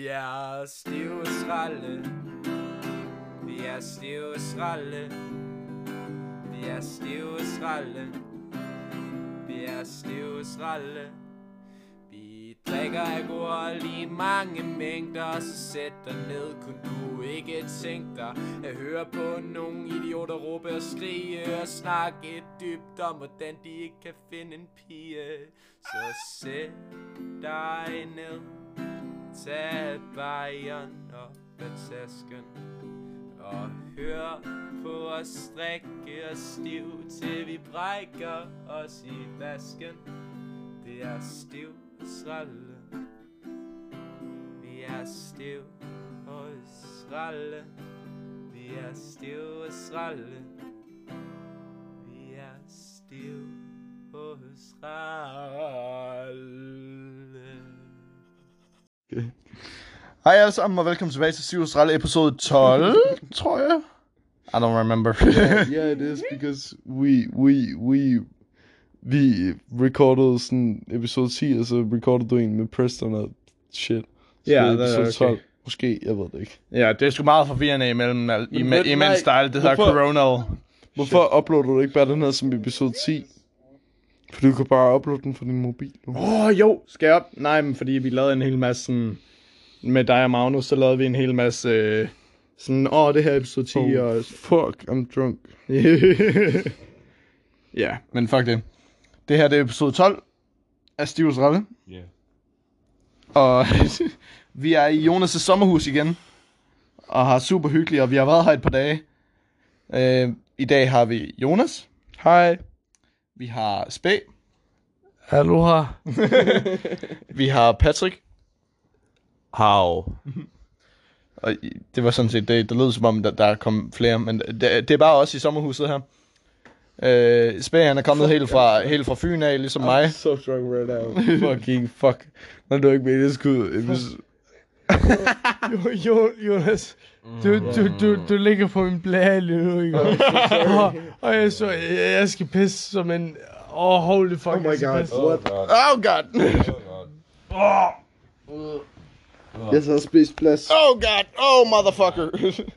Vi er stive skralde. Vi er stive skralde. Vi er stive skralde. Vi er stive skralde. Vi drikker alkohol i mange mængder. Så sæt dig ned, kunne du ikke tænke dig at høre på nogle idioter råbe og skrige og snakke dybt om, hvordan de ikke kan finde en pige. Så sæt dig ned, tag bajeren op af tasken og hør på os strikke og stiv, til vi brækker os i vasken. Det er stiv skralde. Vi er stiv hos skralde. Vi er stiv hos skralde. Vi er stiv hos skralde. Okay. Hej alle sammen og velkommen tilbage til Stiv hos skralde episode 12, tror jeg. I don't remember. Yeah, it is because we recorded sådan episode 10, og så recorded du en med Preston og shit. Ja, det er okay. 12. Måske, jeg ved det ikke. Ja, det er sgu meget forvirrende imens der er det her corona. Hvorfor uploader du ikke bare den her som episode 10? For du kan bare uploade den fra din mobil nu. Jo, skal jeg op? Nej, men fordi vi lavede en hel masse sådan, med dig og Magnus, så lavede vi en hel masse sådan, det her er episode 10 og... Fuck, I'm drunk. Ja, men fuck det. Det her det er episode 12 af Stiv hos skralde. Yeah. Og vi er i Jonas' sommerhus igen. Og har super hyggeligt, og vi har været her et par dage. I dag har vi Jonas. Hej. Vi har Spæ. Aloha. Vi har Patrick. Hav. Og det var sådan set det. Det lød som om, der kom flere. Men det er bare os i sommerhuset her. Spæ, han er kommet helt fra Fyn af, ligesom mig. I'm so drunk right now. Fucking fuck. Når du ikke med det skud. Jonas, du ligger på min blære lige nu, ikke? Og jeg skal pisse som en... holy fuck. Oh my god, what? Oh god. Jeg så har spist plads. Oh god. Oh motherfucker.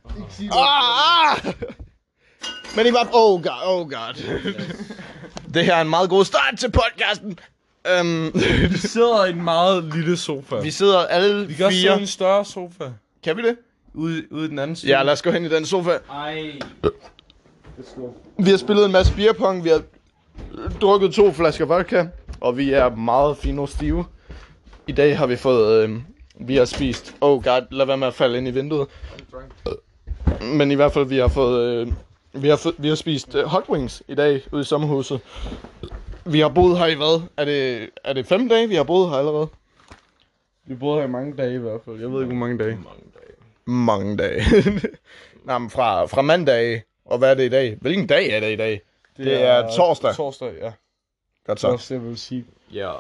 Men i hvert fald... Oh god. Det her er en meget god start til podcasten. Vi sidder i en meget lille sofa. Vi sidder alle Vi kan også sidde i fire. en større sofa. Kan vi det? Ude i den anden side. Ja, lad os gå hen i den sofa. Ej. Vi har spillet en masse beerpong. Vi har drukket 2 flasker vodka. Og vi er meget fine og stive. I dag har vi fået... vi har spist... Oh god, lad være med at falde ind i vinduet. Men i hvert fald, vi har fået... Vi har spist hot wings i dag ude i sommerhuset. Vi har boet her i hvad? Er det 5 dage, vi har boet her allerede? Vi boede her i mange dage i hvert fald. Jeg ved ikke, hvor mange dage. Mange dage. Nej, men fra mandag. Og hvad er det i dag? Hvilken dag er det i dag? Det er torsdag. Torsdag, ja. Godt så. Torsdag, jeg vil sige. Ja.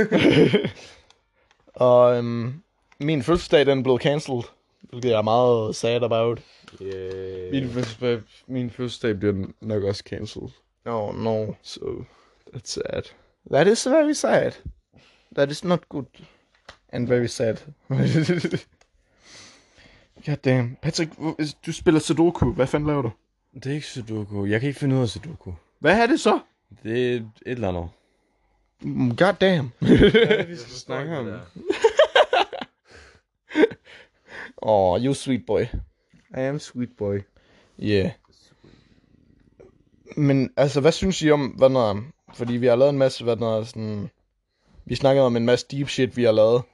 Og min fødselsdag, den blev cancelled. Hvilket jeg er meget sad about. Yeah. Min fødselsdag bliver nok også cancelled. Oh no. So, that's sad. That is very sad. That is not good. And very sad. God damn. Patrick, du spiller Sudoku. Hvad fanden laver du? Det er ikke Sudoku. Jeg kan ikke finde ud af Sudoku. Hvad er det så? Det er et eller andet. God damn. Vi skal snakke om. You sweet boy. I am sweet boy. Yeah. Men altså, hvad synes I om, hvad der... Fordi vi har lavet en masse, hvad der sådan... Vi snakkede om en masse deep shit, vi har lavet.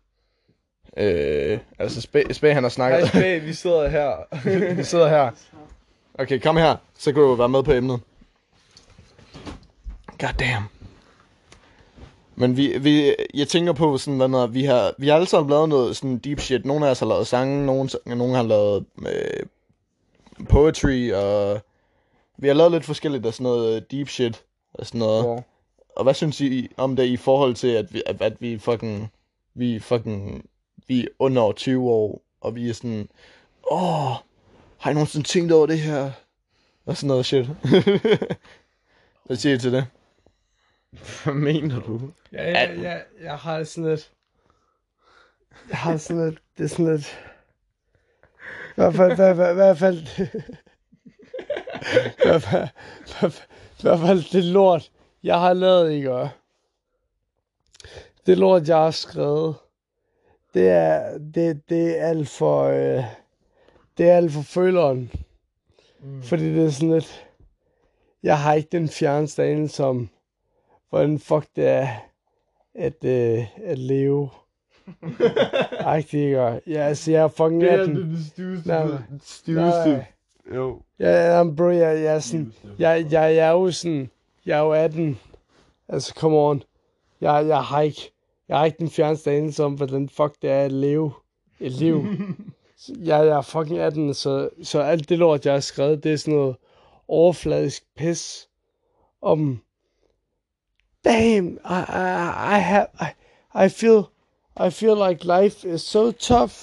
Altså, Spæ han har snakket... Hej Spæ, vi sidder her. Vi sidder her. Okay, kom her. Så kan du være med på emnet. God damn. Men jeg tænker på sådan, hvad der... Vi har alle sammen lavet noget sådan deep shit. Nogle af os har lavet sange, nogle har lavet poetry, og... Vi har lavet lidt forskelligt af sådan noget deep shit og sådan noget. Wow. Og hvad synes I om det i forhold til, at vi er under 20 år, og vi er sådan, har I nogensinde tænkt over det her? Og sådan noget shit. Hvad siger I til det? Hvad mener du? Jeg har sådan lidt... Jeg har sådan lidt... Det er sådan lidt... I hvert fald... I hvert fald det lort, jeg har lavet, ikke? Og det lort, jeg har skrevet, det er alt for... det er alt for føleren. Fordi det er sådan lidt... Jeg har ikke den fjerneste anelse om, hvordan fuck det er at leve. Ikke? Ja, altså, jeg er fucking 18. Det er det stiveste. Jo. Ja, bro, jeg er sådan... Jeg er jo sådan... Jeg er jo 18. Altså, come on. Jeg har ikke den fjerneste anelse om, hvordan fuck det er at leve et liv. Jeg er fucking 18, så alt det lort, jeg har skrevet, det er sådan noget overfladisk pis om... Damn, I feel like life is so tough.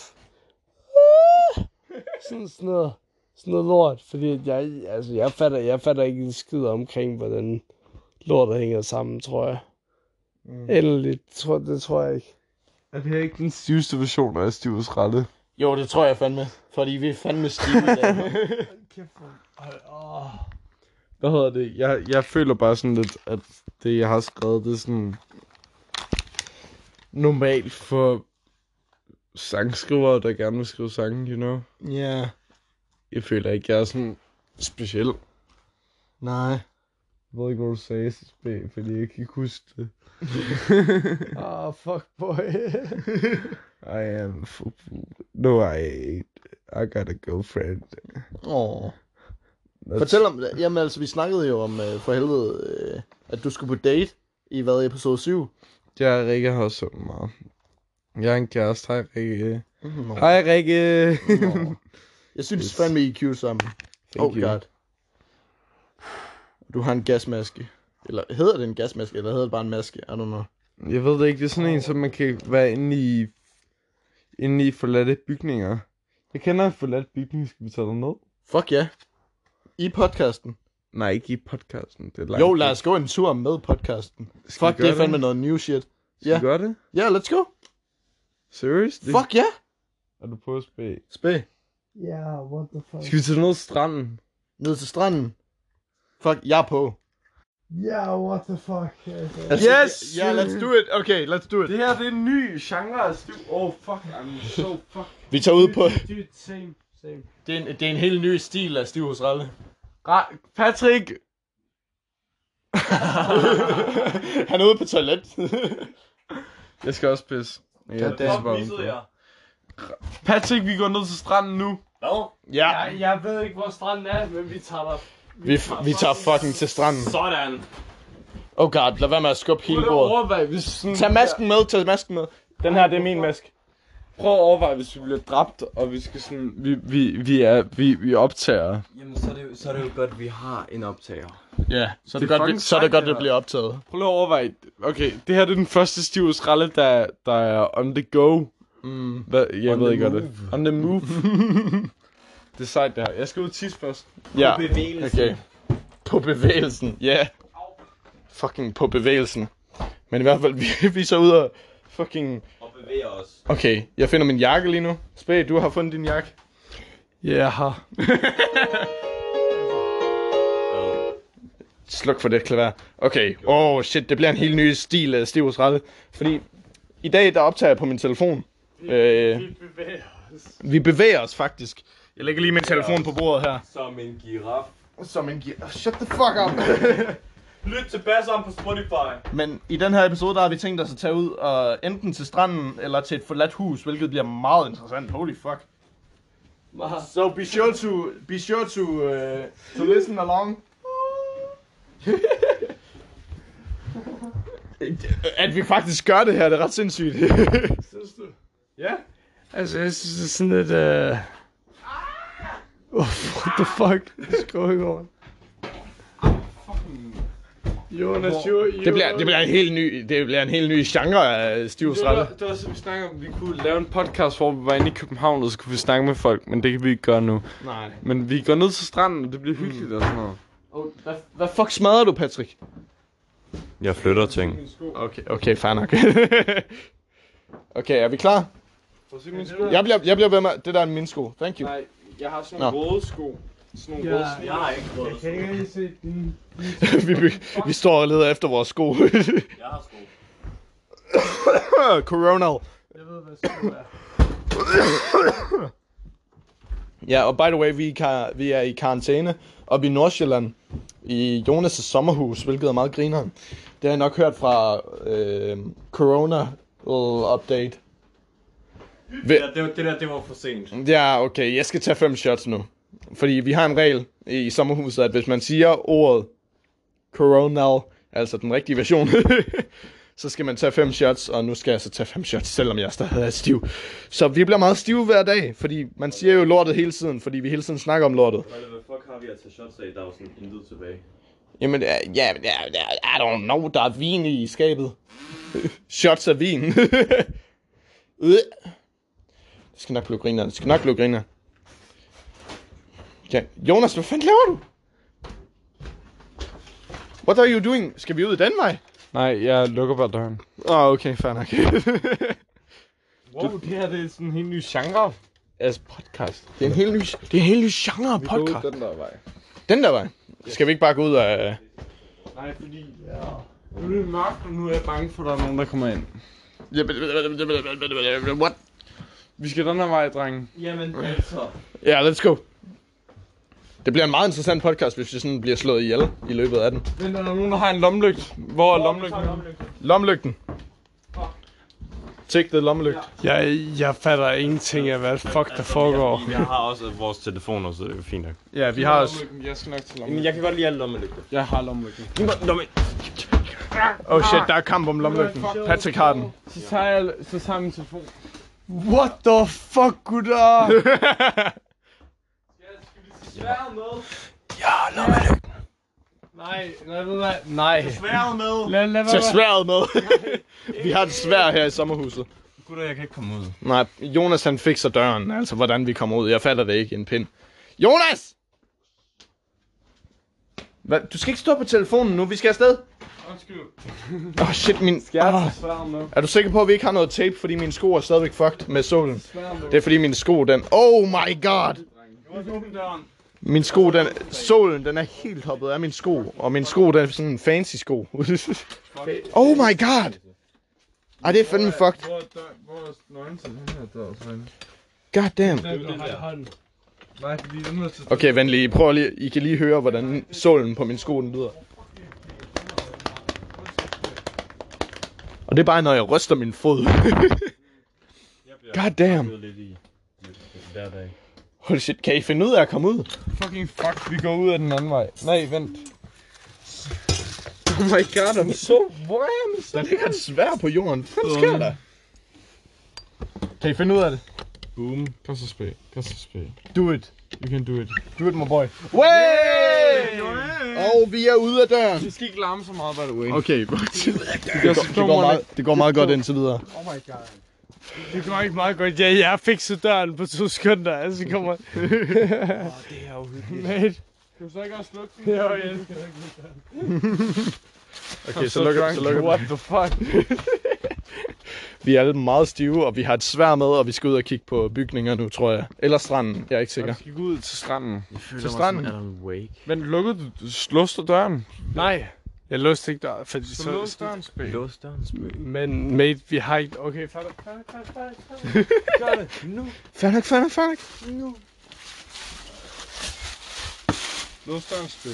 Sådan noget lort, fordi jeg fatter ikke en skid omkring, hvordan lortet hænger sammen, tror jeg. Endeligt, det tror jeg ikke. Er det her ikke den stiveste version af Stivs Ralle? Jo, det tror jeg fandme. Fordi vi er fandme stive i dag. Hvad hedder det? Jeg føler bare sådan lidt, at det jeg har skrevet, det er sådan... normalt for sangskrivere, der gerne vil skrive sange, you know? Ja. Yeah. Jeg føler ikke, jeg er sådan speciel. Nej. Jeg ved ikke, hvad du sagde, fordi jeg kan ikke huske det. Fuck boy. I am... No, I got a girlfriend. Fortæl om det. Jamen altså, vi snakkede jo om, for helvede, at du skulle på date i episode 7. Jeg og Rikke har også sådan meget. Jeg er en kæreste. Hej Rikke. Hej Rikke. Jeg synes fandme, I er cute sammen. Thank you. God. Du har en gasmaske. Eller hedder det en gasmaske, eller hedder det bare en maske? I don't know. Jeg ved det ikke. Det er sådan en, som man kan være inde i forladte bygninger. Jeg kender en forladt bygning. Skal vi tage ned? Fuck ja. Yeah. I podcasten. Nej, ikke i podcasten. Det er langt. Jo, lad os gå en tur med podcasten. Fuck, det er fandme noget new shit. Skal vi gøre det? Ja, let's go. Seriously? Fuck ja. Er du på spæ? Spæ. Ja, what the fuck. Skal vi tage ned til stranden? Ned til stranden? Fuck, jeg er på. Ja, what the fuck. Altså, Yes! Ja, let's do it. Okay, let's do it. Det her, det er en ny genre af stiv. Oh, fuck, I'm so fuck. Vi tager ud på... Dude, same. Det er en helt ny stil af stiv hos Ralle. Patrick! Han er ude på toilet. Jeg skal også pisse. Ja, det er missede jeg. Patrick, vi går ned til stranden nu. Hvad? Ja. Jeg ved ikke, hvor stranden er, men vi tager der. Vi tager fucking til stranden. Sådan. Oh god, lad være med at skubbe hele bordet. Overvej, hvis sådan... Tag masken med, Den her, det er min maske. Prøv at overveje, hvis vi bliver dræbt, og vi skal sådan... Vi optager. Jamen, så er det jo godt, vi har en optager. Ja, så er det Det er godt, fucking så er det sejt, godt, det det her. bliver optaget. Prøv at overveje. Okay, det her det er den første stive skralde, der er on the go. Jeg ved ikke, hvad det er. On the move. Det er sejt, det her. Jeg skal ud og tisse først. Ja, bevægelsen. okay. På bevægelsen, ja. Yeah. Fucking på bevægelsen. Men i hvert fald, vi er så ud og fucking... Og bevæger os. Okay, jeg finder min jakke lige nu. Spæ, du har fundet din jakke. Ja, har. Sluk for det klaver. Okay, shit, det bliver en helt ny stil af Stivs Ralle. Fordi i dag, der optager jeg på min telefon. Vi bevæger os faktisk. Jeg lægger lige min telefon på bordet her. Som en giraf. Shut the fuck up. Lyt til basseren på Spotify. Men i den her episode, der har vi tænkt os at tage ud og enten til stranden eller til et forladt hus, hvilket bliver meget interessant. Holy fuck. So be sure to listen along. At vi faktisk gør det her, det er ret sindssygt. Synes du? Ja. Altså, jeg synes, det er sådan lidt... what the fuck is going on? Jonas, Det bliver en helt ny genre af Stivs Ralle. Det var så, vi snakker om, vi kunne lave en podcast, hvor vi var inde i København, og så kunne vi snakke med folk, men det kan vi ikke gøre nu. Nej. Men vi går ned til stranden, og det bliver hyggeligt og sådan noget. Hvad fuck smadrer du, Patrick? Jeg flytter ting. Okay, fair nok. Okay, er vi klar? Prøv at se mine sko. Jeg bliver ved med, det der er mine sko. Thank you. Nej, jeg har sådan nogle røde sko. Sådan nogle røde sko. Jeg har ikke røde sko. Jeg kan ikke se din... vi står og leder efter vores sko. Jeg har sko. Coronal. Jeg ved, hvad sko er. Ja, og by the way, vi er i karantæne oppe i Nordsjælland i Jonas' sommerhus, hvilket er meget grineren. Det har jeg nok hørt fra Corona update. Det var for sent. Ja, okay, jeg skal tage 5 shots nu. Fordi vi har en regel i sommerhuset, at hvis man siger ordet Coronal, altså den rigtige version, så skal man tage 5 shots, og nu skal jeg så tage 5 shots, selvom jeg stadig er stiv. Så vi bliver meget stive hver dag, fordi man siger jo lortet hele tiden, fordi vi hele tiden snakker om lortet. Hvad fuck har vi at tage shots af? Der er jo sådan intet tilbage. Jamen, ja, I don't know, der er vin i skabet. Shots af vin. Det skal nok blive griner, Ja, Jonas, hvad fanden laver du? What are you doing? Skal vi ud den vej? Nej, jeg lukker bare døren. Okay, fair nok. Wow, det her det er sådan en helt ny genre. Altså podcast. Det er en helt ny genre af podcast. Vi går ud den der vej. Den der vej? Skal vi ikke bare gå ud af... Nej, fordi... Nu er det mørkt, og nu er jeg bange for, at der er nogen, der kommer ind. What? Vi skal den her vej, drenge. Jamen altså. Ja, let's go. Det bliver en meget interessant podcast, hvis vi sådan bliver slået ihjel i løbet af den. Men der er nogen, der har en lommelygt. Hvor er lommelygten? Lommelygten. Tjek det lommelygt. Jeg fatter ingenting af, hvad fuck der foregår. Jeg har også vores telefoner, så det er fint nok. Ja, vi har også... Jeg skal nok til Men lommelygten. jeg kan godt lide alle lommelygter. Jeg har lommelygten. Oh shit, der er kamp om lommelygten. Patrick har den. Så tager jeg min telefon. What the fuck, gutter? Ja, lommelygten. Nej, ved du hvad? Nej. Sværdet med! Lad Tag være. sværet med. Vi har et svær her i sommerhuset. Gutter, jeg kan ikke komme ud. Nej, Jonas han fikser døren. Altså, hvordan vi kommer ud. Jeg fatter det ikke en pind. Jonas! Hvad? Du skal ikke stå på telefonen nu. Vi skal afsted. Undskyld. Shit, min... Skal jeg tage sværet med? Er du sikker på, at vi ikke har noget tape, fordi mine sko er stadigvæk fucked med solen? Sværet med. Det er fordi mine sko, den... Oh my god! Åbn døren. Min sko, den... Solen, den er helt hoppet af min sko. Og min sko, den er sådan en fancy sko. Oh my god! Ej, det er fandme fucked. Hvor er nøglen til den her dør? God damn. Nej, fordi den er til... Okay, venlig, prøv lige... I kan lige høre, hvordan solen på min sko, den lyder. Og det er bare, når jeg ryster min fod. God damn. Hver dag. Holy shit, kan I finde ud af at komme ud? Fucking fuck, vi går ud af den anden vej. Nej, vent. Oh my god, I'm so warm. Der ligger et sværd på jorden. Hvad sker der? Kan I finde ud af det? Boom. Kast og spil. Do it. You can do it. Do it, my boy. Way! Og vi er ude af døren. Vi skal ikke larme så meget, by the way. Okay, det går meget godt indtil videre. Oh my god. Det går ikke meget godt. Ja, jeg fikset døren på 2 sekunder. Altså, kommer... Det er uhyggeligt. Mate. Kan du så ikke også slukke den? Jo, jeg Okay, så lukker What the fuck? vi er meget stive, og vi har et sværd med, og vi skal ud og kigge på bygninger nu, tror jeg. Eller stranden, jeg er ikke sikker. Vi skal gå ud til stranden. Jeg føler Til mig stranden. som Alan Wake. Men lukkede du? Låste døren? Nej. Jeg låste ikke døren, fordi Så lås døren, spil. Lås døren, spøg. Men mate, vi har ikke... Okay, fatter. Gør det nu. Fanak. Nu. Lås døren, spil.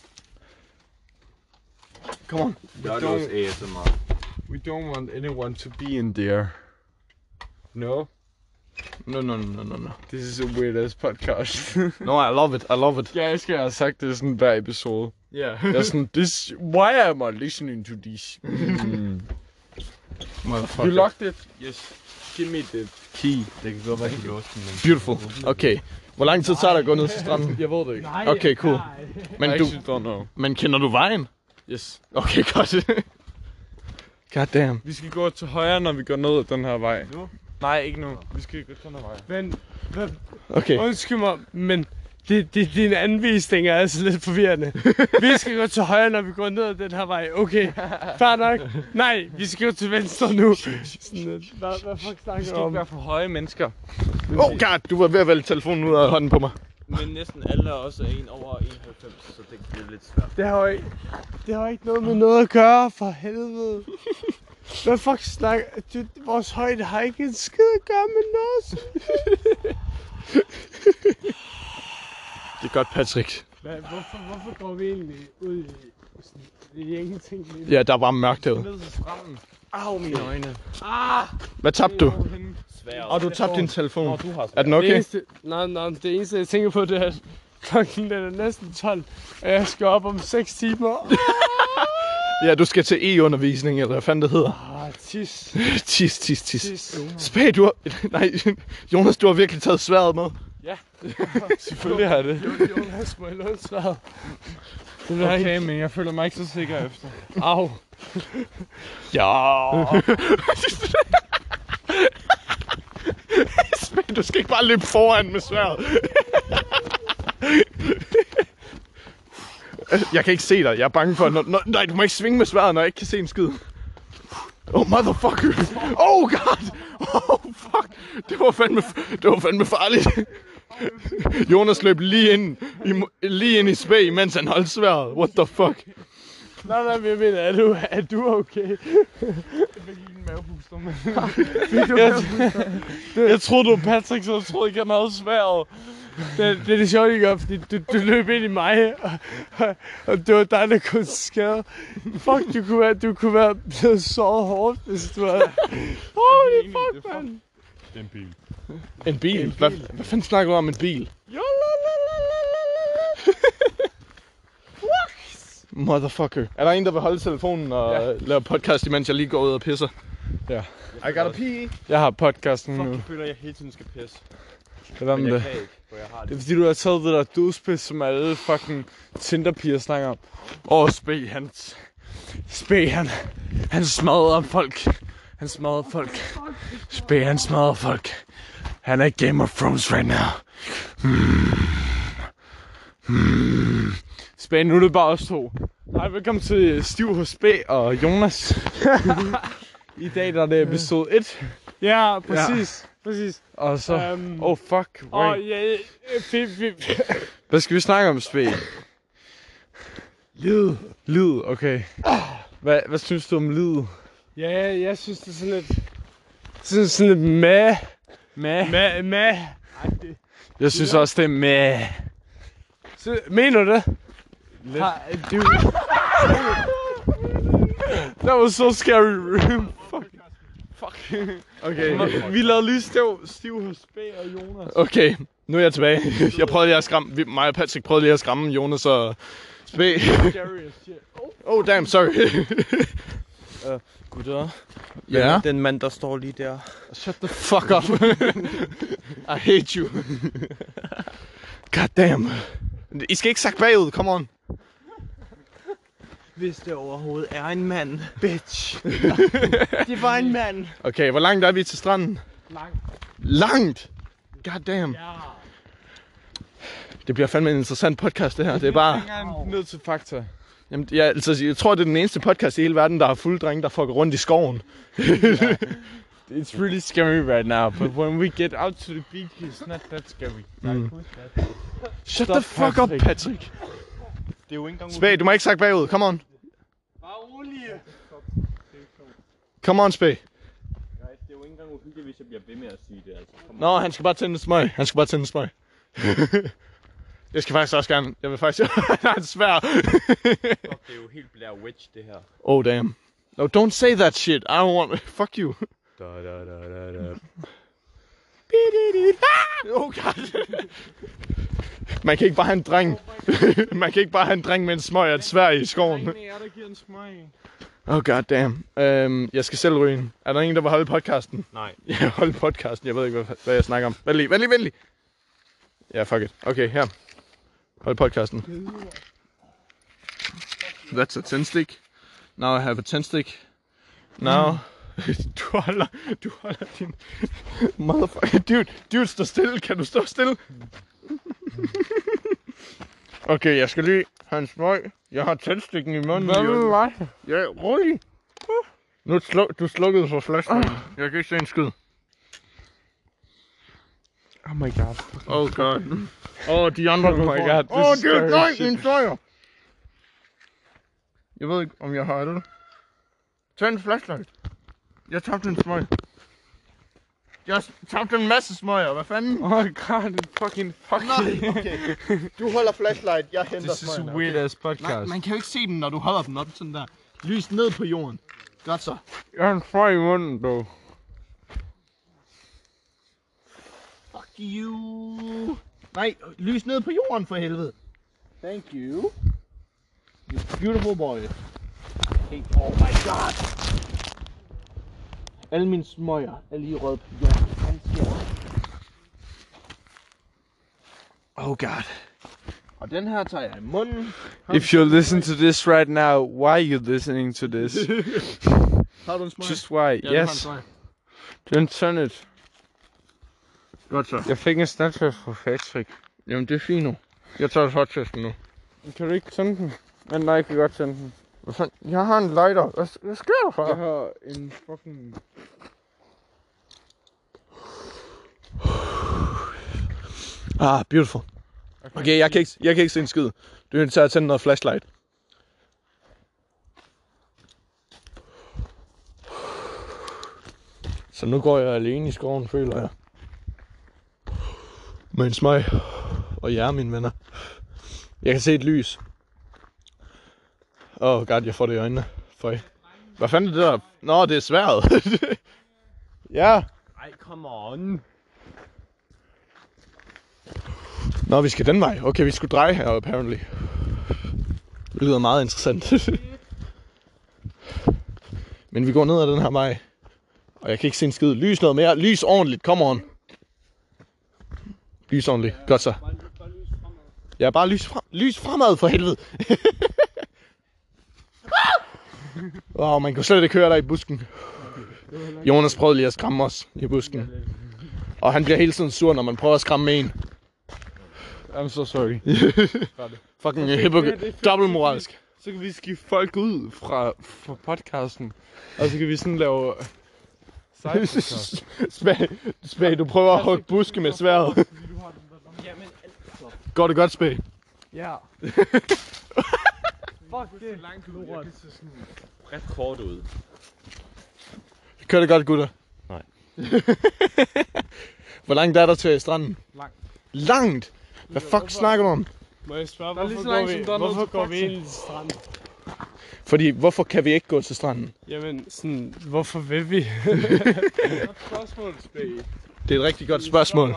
Come on. Gør det også ASMR. We don't want anyone to be in there. No? No. This is a weird ass podcast. No, I love it. Ja, jeg skal have sagt det sådan hver episode. Yeah. Jeg er sådan, why am I listening to this? Motherfucker. You locked it? Yes. Give me the key. Det kan godt være, at jeg låste den. Beautiful. Okay. Hvor lang tid tager det at gå ned til stranden? Jeg ved det ikke. Okay, cool. Men I du, actually don't know. men kender du vejen? Yes. Okay, godt. God damn. Vi skal gå til højre, når vi går ned ad den her vej. Nu? Nej, ikke nu. Vi skal gå den her vej. Men, Okay. undskyld mig, men Dine anvisninger er altså lidt forvirrende. Vi skal gå til højre, når vi går ned ad den her vej. Okay, fair nok. Nej, vi skal gå til venstre nu. Hvad fuck snakker du om? være for høje mennesker. Oh god, du var ved at vælge telefonen ud af hånden på mig. Men næsten alle er også en over 91, så det bliver lidt svært. Det har ikke noget med noget at gøre, for helvede. Hvad fuck snakker du? Vores højde har ikke en skid at gøre med noget. Det er godt, Patrick. Hvorfor går vi egentlig ud i ingenting? Ja, der er bare mørkt herude. Ned til stranden. Au, mine øjne. Hvad tabte du? Svært. Og du tabte din telefon. Nå, du har Er den okay? Det eneste, jeg tænker på, det er, at klokken er næsten 12, og jeg skal op om 6 timer. Ja, du skal til e-undervisning, eller hvad fanden det hedder. Tis. Tis. Spag, du har... Nej, Jonas, du har virkelig taget sværet med. Ja. Selvfølgelig har det. Jonas, må jeg låne svaret? Okay, men jeg føler mig ikke så sikker efter. Au. Ja. Spag, du skal ikke bare løbe foran med sværet. Jeg kan ikke se dig. Jeg er bange for... Nej, du må ikke svinge med sværet, når jeg ikke kan se en skid. Oh, motherfucker. Oh, god. Oh, fuck. Det var fandme farligt. Jonas løb lige ind i spæg, mens han holdt sværet. What the fuck? Nej, jeg mener, er du okay? Jeg fik lige en mavepuster, men... jeg troede, du var Patrick, så jeg troede ikke, han havde sværet. Det er det sjovt, ikke? Fordi du løb ind i mig, og det var dig, der kunne skade. Fuck, du kunne være blevet såret hårdt, hvis du havde... Holy fuck, man! Det er en bil. En bil? Hvad fanden snakker du om en bil? Motherfucker. Er der en, der vil holde telefonen og lave podcast, imens jeg lige går ud og pisser? Ja. I gotta pee. Jeg har podcasten Fuck, nu. jeg føler, at jeg hele tiden skal pisse. Hvad Men med jeg det? kan ikke, for jeg har Det det. er fordi, du har taget det der dødspis, som alle fucking Tinder-piger snakker om. Spæg, han smadrer folk. Han smadrer folk. Han er Game of Thrones right now. Spæg, nu er det bare os to. Hej, velkommen til Stiv hos Spæg og Jonas. I dag der er det episode 1. Ja, præcis. Præcis. Og så... oh fuck, wait. Ja, Hvad skal vi snakke om, Spæg? Lyd, okay. Hvad synes du om lyd? ja, jeg synes, det er sådan lidt meh. Jeg synes også, det er meh. Mener du det? Lidt. That was so scary. Fuck. Okay. Vi lavede lige stiv hos Spæg og Jonas. Okay, nu er jeg tilbage. Jeg prøvede lige at skræmme... Mig og Patrick prøvede lige at skræmme Jonas og Spæg. Scary as shit. Oh, damn, sorry. Gutter, Ja? den mand, der står lige der. Shut the fuck up. I hate you. God damn. I skal ikke sakke bagud, come on. Hvis det overhovedet er en mand. Bitch. Det var en mand. Okay, hvor langt er vi til stranden? Langt? God damn. Ja. Det bliver fandme en interessant podcast, det her. Det er bare... Ned til fakta. Jamen, jeg tror, det er den eneste podcast i hele verden, der har fulde drenge, der fucker rundt i skoven. It's really scary right now, but when we get out to the beach, it's not that scary. Shut the fuck up, Patrick. Det er jo ikke engang Spæg, du må ikke sakke bagud. Come on. Bare rolig. Come on, Spæg. Det er jo ikke engang uhyggeligt, hvis jeg bliver ved med at sige det, altså. Nå, han skal bare tænde en smøg. Jeg skal faktisk også gerne... Jeg vil faktisk... Han har en svær. Fuck, det er jo helt Blair Witch, det her. Oh, damn. No, don't say that shit. I don't want... Fuck you. Da. Oh, god. Man kan ikke bare have en dreng. Man kan ikke bare have en dreng med en smøg og et sværd i skoven. Oh, god damn. Jeg skal selv ryge en. Er der ingen, der vil holde podcasten? Nej. Ja, holde podcasten. Jeg ved ikke, hvad jeg snakker om. Vent lige. Ja, fuck it. Okay, her. Hold podcasten. That's a 10 stick. Now I have a 10 stick. Now... Du holder din... Motherfucker. Dude, stå stille. Kan du stå stille? Okay, jeg skal lige have en smøg. Jeg har tændstikken i munden. Hvad vil du have? Ja, rolig. Nu du slukkede for flashlighten. Jeg kan ikke se en skid. Oh my god. Oh god. De andre Oh my god, this is det er scary nej, shit. en sejr. Jeg ved ikke, om jeg har det. Tag en flashlight. Jeg tabte en smøg. Jeg tabte en masse smøger. Hvad fanden? Oh my god, det fucking Nej, okay. Du holder flashlight, jeg henter This is a smøgerne. weird ass Nej, podcast. man kan jo ikke se den, når du holder den op sådan der. Lys ned på jorden. Godt så. Jeg har en frø i munden, dog. Fuck you. Nej, lys ned på jorden for helvede. Thank you. You beautiful boy. Hey, oh my god. Alle mine smøger er lige røde på jorden. Oh god. Og den her tager jeg i munden. If you listen to this right now, why are you listening to this? Har du en smøg? Just why? Ja, Yes. Don't turn it. Godt så. Jeg fik en Snapchat fra Patrick. Jamen det er fint nu. Jeg tager hottesten nu. Kan du ikke tænde den? Men nej, jeg kan godt tænde den. Hvad fanden? Jeg har en lighter. Hvad sker der for? Jeg har en fucking... Ah, beautiful. Okay, jeg kan ikke se en skid. Du er nødt til at tænde noget flashlight. Så nu går jeg alene i skoven, føler jeg. Med en smøg. Og jer, mine venner. Jeg kan se et lys. Åh, god, jeg får det i øjnene. Føj. Hvad fanden er det der? Nå, det er sværet. Ja. Ej, come on. Nå, vi skal den vej. Okay, vi skulle dreje her, apparently. Det lyder meget interessant. Men vi går ned ad den her vej. Og jeg kan ikke se en skid. Lys noget mere. Lys ordentligt. Come on. Lys ordentligt. Godt så. Ja, bare lys fremad for helvede. Wow, man kunne slet ikke høre dig i busken. Jonas prøvede lige at skræmme os i busken. Og han bliver hele tiden sur, når man prøver at skræmme en. I'm so sorry. Fucking dobbeltmoralsk. Så kan vi skifte folk ud fra podcasten. Og så kan vi sådan lave... Spag, du prøver at hugge buske med sværet. Går det godt, Spag? Ja. Fuck det. Langt lort. Det ser sådan ret kort ud. Kører det godt, gutter? Nej. Hvor langt er der til stranden? Langt. Langt? Hvad fuck snakker du om? Må jeg spørge, Der er lige hvorfor så langt, som der er ned hvorfor til går vi Faxe. egentlig til stranden? Fordi, hvorfor kan vi ikke gå til stranden? Jamen, sådan, hvorfor vil vi? Spørgsmål, Spag. Det er et rigtig godt spørgsmål.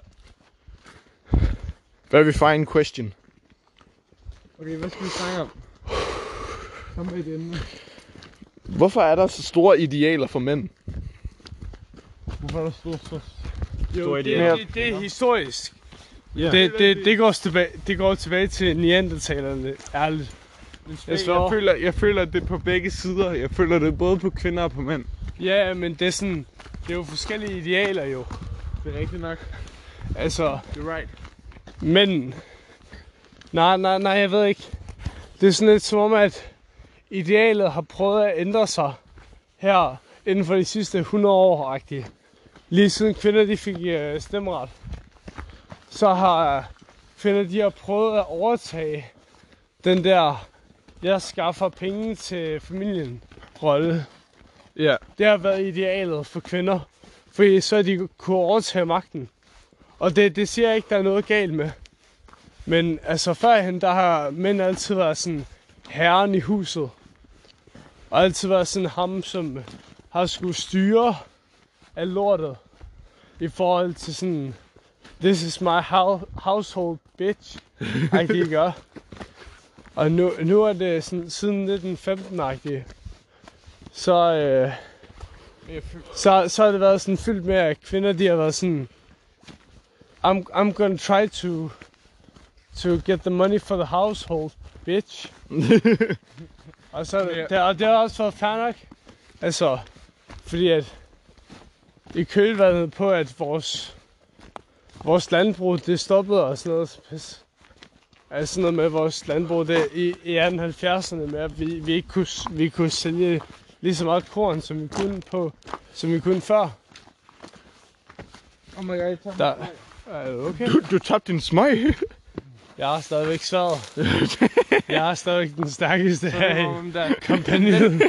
Very fine question. Okay, hvad skal vi snakke om? Kom med det emne. Hvorfor er der så store idealer for mænd? Hvorfor er der så... Jo, det er historisk. Ja. Det går tilbage til neandertalerne, ærligt. Jeg føler, at det er på begge sider. Jeg føler, det er både på kvinder og på mænd. Ja, men det er sådan, det er jo forskellige idealer jo. Det er rigtigt nok. Altså, You're right. men... Nej, jeg ved ikke. Det er sådan lidt som om, at idealet har prøvet at ændre sig her inden for de sidste 100 år-agtigt. Lige siden kvinder de fik stemmeret, så har kvinder de har prøvet at overtage den der, jeg skaffer penge til familien rolle. Ja. Det har været idealet for kvinder, fordi så de kunne overtage magten. Og det siger jeg ikke, der er noget galt med. Men altså førhen, der har mænd altid været sådan herren i huset. Og altid været sådan ham, som har skulle styre af lortet. I forhold til sådan, this is my household bitch, agtigt gør. Og nu er det sådan, siden 1915-agtigt. Så har det været sådan fyldt med, at kvinder de har været sådan, I'm gonna try to get the money for the household, bitch. Og så det har også været fair nok. Altså, fordi at i kølvandet på, at vores landbrug, det stoppede og sådan noget, så pis. Altså sådan noget med vores landbrug det, i 1870'erne med, at vi kunne sælge lige så meget korn, som vi kunne før. Oh my god, Er du okay? Du tabte din smøg. Jeg har stadigvæk svært. Jeg er stadigvæk den stærkeste her i kampagnen.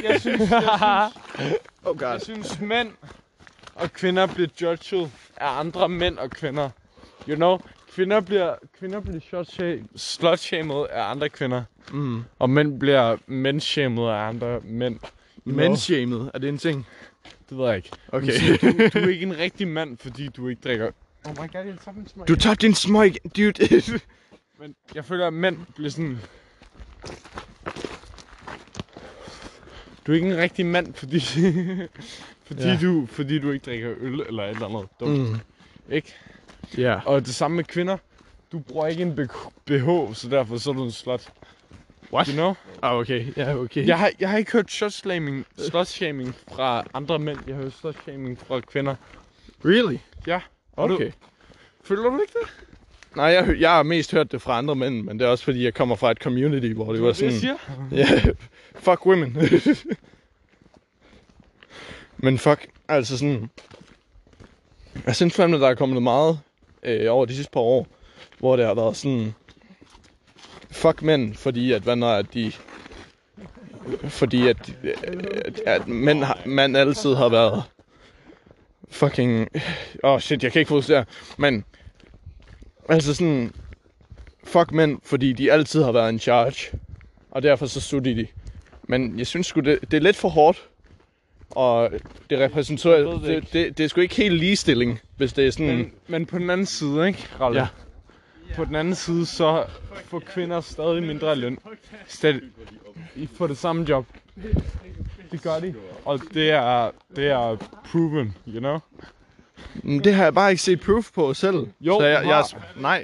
Jeg synes mænd og kvinder bliver judged af andre mænd og kvinder. You know, kvinder bliver slut-shamed af andre kvinder. Og mænd bliver mændshamed af andre mænd. Mændshamed, er det en ting? Det ved jeg ikke. Okay. Du er ikke en rigtig mand, fordi du ikke drikker. Oh my god, jeg tabte en smøg. Du tabte din smøg, dude. Men jeg føler, at mænd bliver sådan... Du er ikke en rigtig mand, fordi du ikke drikker øl eller et eller andet dumt. Ikke? Ja. Og det samme med kvinder. Du bruger ikke en BH, så derfor så er du en slut. What? You know? Okay. Ja, okay. Jeg har ikke hørt slut-shaming fra andre mænd. Jeg har hørt slut-shaming fra kvinder. Really? Ja. Okay. Føler du ikke det? Nej, jeg har mest hørt det fra andre mænd, men det er også fordi, jeg kommer fra et community, hvor det var sådan... Det siger? Ja, fuck women. Men fuck, altså sådan... Jeg synes fandme, der er kommet meget over de sidste par år, hvor det har været sådan... Fuck mænd, fordi at at mænd altid har været fucking... shit, jeg kan ikke fokusere. Men altså sådan... Fuck mænd, fordi de altid har været in charge. Og derfor så studerer de. Men jeg synes sgu, det er lidt for hårdt. Og det repræsenterer... Det er sgu ikke helt ligestilling, hvis det er sådan... Men på den anden side, ikke, Ralle? Ja. På den anden side, så får kvinder stadig mindre løn. I får det samme job. Det gør de. Og det er proven, you know? Det har jeg bare ikke set proof på selv. Jo, så nej.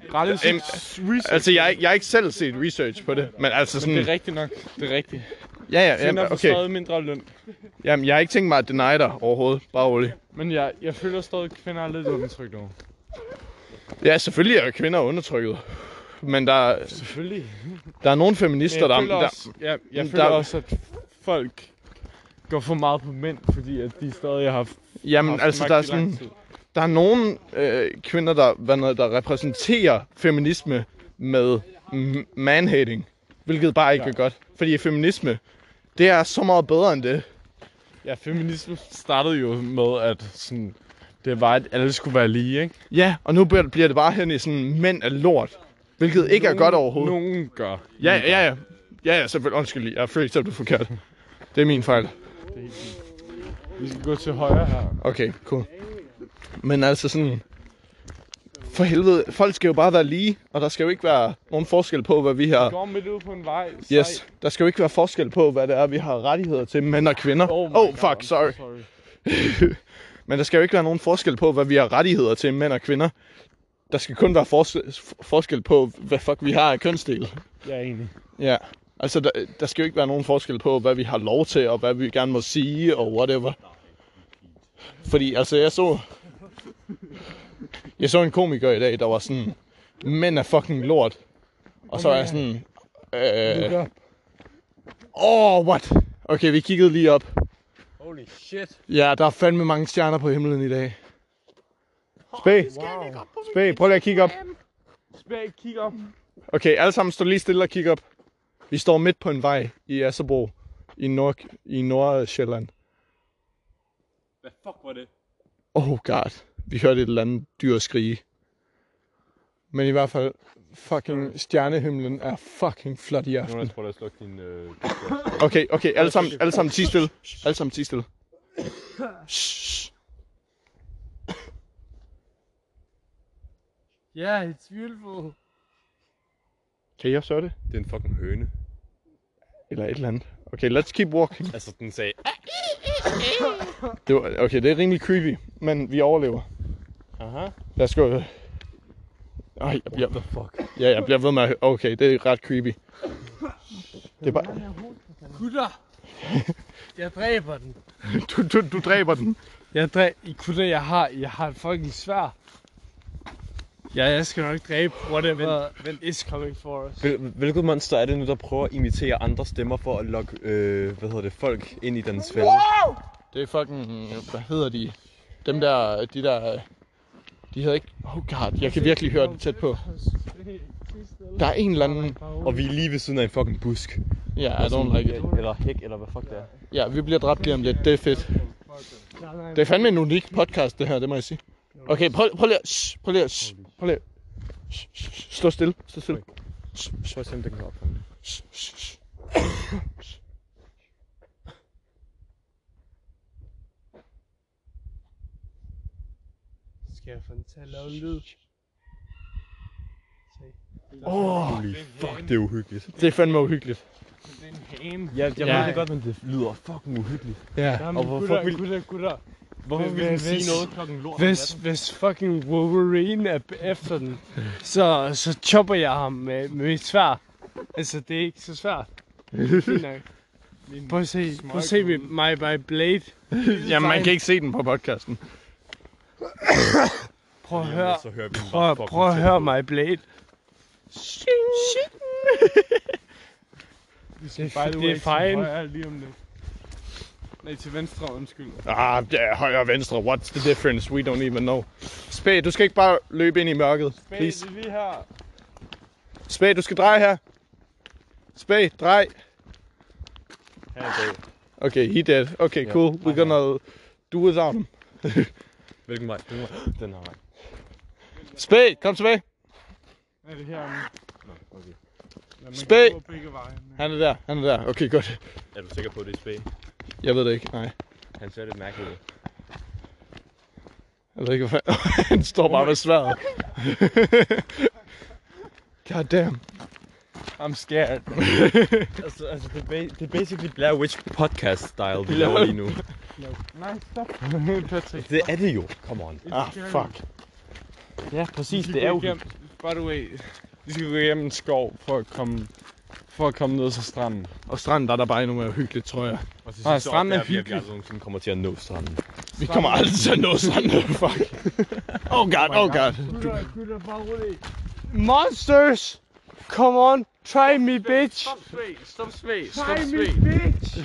Altså, jeg har ikke selv set research på det, men altså sådan... Men det er rigtigt nok. Det er rigtigt. Ja, Kvinder får okay. stadig mindre løn. Jamen, jeg har ikke tænkt mig at deny dig overhovedet. Bare roligt. Men jeg føler stadig, at kvinder er lidt undertrykt nu. Ja, selvfølgelig er kvinder undertrykket. Men der er nogle feminister, jeg føler også, at folk går for meget på mænd, fordi at de stadig har jamen, altså, der er nogle kvinder, der repræsenterer feminisme med manhating. Hvilket bare ikke er godt. Fordi feminisme, det er så meget bedre end det. Ja, feminisme startede jo med, at sådan, det var, at alle skulle være lige, ikke? Ja, og nu bliver det bare hen i sådan mænd af lort. Hvilket ikke er godt overhovedet. Nogen gør. Ja, selvfølgelig. Undskyld, jeg føler ikke, at du er forkert. Det er min fejl. Vi skal gå til højre her. Okay, cool. Men altså sådan... For helvede, folk skal jo bare være lige, og der skal jo ikke være nogen forskel på, hvad vi har... Vi går midt ud på en vej. Yes, der skal jo ikke være forskel på, hvad det er, vi har rettigheder til, mænd og kvinder. Fuck, sorry. Men der skal jo ikke være nogen forskel på, hvad vi har rettigheder til, mænd og kvinder. Der skal kun være forskel på, hvad fuck vi har af kønsdel. Jeg er enig. Ja, altså der skal jo ikke være nogen forskel på, hvad vi har lov til, og hvad vi gerne må sige, og whatever. Fordi, altså, jeg så en komiker i dag, der var sådan, mænd er fucking lort. Og så er jeg sådan, what? Okay, vi kiggede lige op. Holy shit. Ja, der er fandme mange stjerner på himlen i dag. Spæg, prøv lige at kigge op. Spæg, kig op. Okay, alle sammen stå lige stille og kigge op. Vi står midt på en vej i Asserbro, i Nordsjælland. Hvad fuck var det? Oh god, vi hørte et eller andet dyr skrige. Men i hvert fald, fucking stjernehimlen er fucking flot i aften. Jonas, prøv at slukke din... Okay, alle sammen tig stille. Alle sammen tig stille. Shh. Yeah, it's beautiful. Kan I også høre det? Det er en fucking høne. Eller et eller andet. Okay, let's keep walking. Altså, den sagde... Okay, det er rimelig creepy, men vi overlever. Aha. Lad os gå. Ej, jeg bliver ved med at... Okay, det er ret creepy. Det er bare... Kutter! Jeg dræber den. Du dræber den. Kutter, jeg har et fucking svær. Ja, jeg skal nok dræbe whatever is coming for us. Hvilket monster er det nu, der prøver at imitere andre stemmer for at lokke, folk ind i dens fælde? Wow! Det er fucking, hvad hedder de? Dem der, de hedder ikke, oh god, jeg kan virkelig høre det tæt på. Der er en eller anden... Og vi er lige ved siden af en fucking busk. Ja, I don't like it. Eller hæk, eller hvad fuck det er. Ja, vi bliver dræbt lige om lidt, det er fedt. Det er fandme en unik podcast det her, det må jeg sige. Okay, prøv lige at... Stå stille. Prøv at se, om det kan opfange det. Skal jeg få den til at lave en lyd? Holy fuck, det er uhyggeligt. Det er fandme uhyggeligt. Det er en hane. Ja, jeg ved det godt, men det lyder fucking uhyggeligt. Ja. Jamen, Og hvorfor gutter. Hvorfor vil du sige noget klokken lort? Hvis fucking Wolverine er efter den, så chopper jeg ham med mit sværd. Altså, det er ikke så svært. Fint nok. Prøv at se my blade. Jamen, man kan ikke se den på podcasten. Prøv at høre. Prøv at høre my blade. Det er fejl. Lige om det. Nej, til venstre, undskyld. Ja, højre og venstre. What's the difference? We don't even know. Spæ, du skal ikke bare løbe ind i mørket. Please. Det er lige her. Spæ, du skal dreje her. Spæ, drej. Han er død. Okay, he dead. Okay, cool. We're gonna do without him. Hvilken vej? Den her vej. Spæ, kom tilbage. Er det her? Nå, okay. Spæ. Begge veje. Han er der. Okay, godt. Er du sikker på, at det er spæ? Jeg ved det ikke, nej. Han ser lidt mærkeligt ud. Jeg ved ikke, hvad fanden. Han står bare med sværdet. God damn. I'm scared. altså det er basically Blair Witch podcast style, vi laver lige nu. Nej, stop. Patrick. Det er det jo. Come on. Fuck. Ja, præcis. Det er jo... By the way, vi skal gå igennem en skov for at komme ned til stranden. Og stranden, der er der bare endnu mere hyggeligt, tror jeg. Og til Nej, sidst stranden er opdager vi, at vi hyggelig. aldrig nogensinde kommer til at nå stranden. Vi kommer aldrig til at nå stranden. Fuck. Oh god. Gutter, bare rolig. Monsters! Come on, try me, bitch! Stop svæg. Try me, bitch!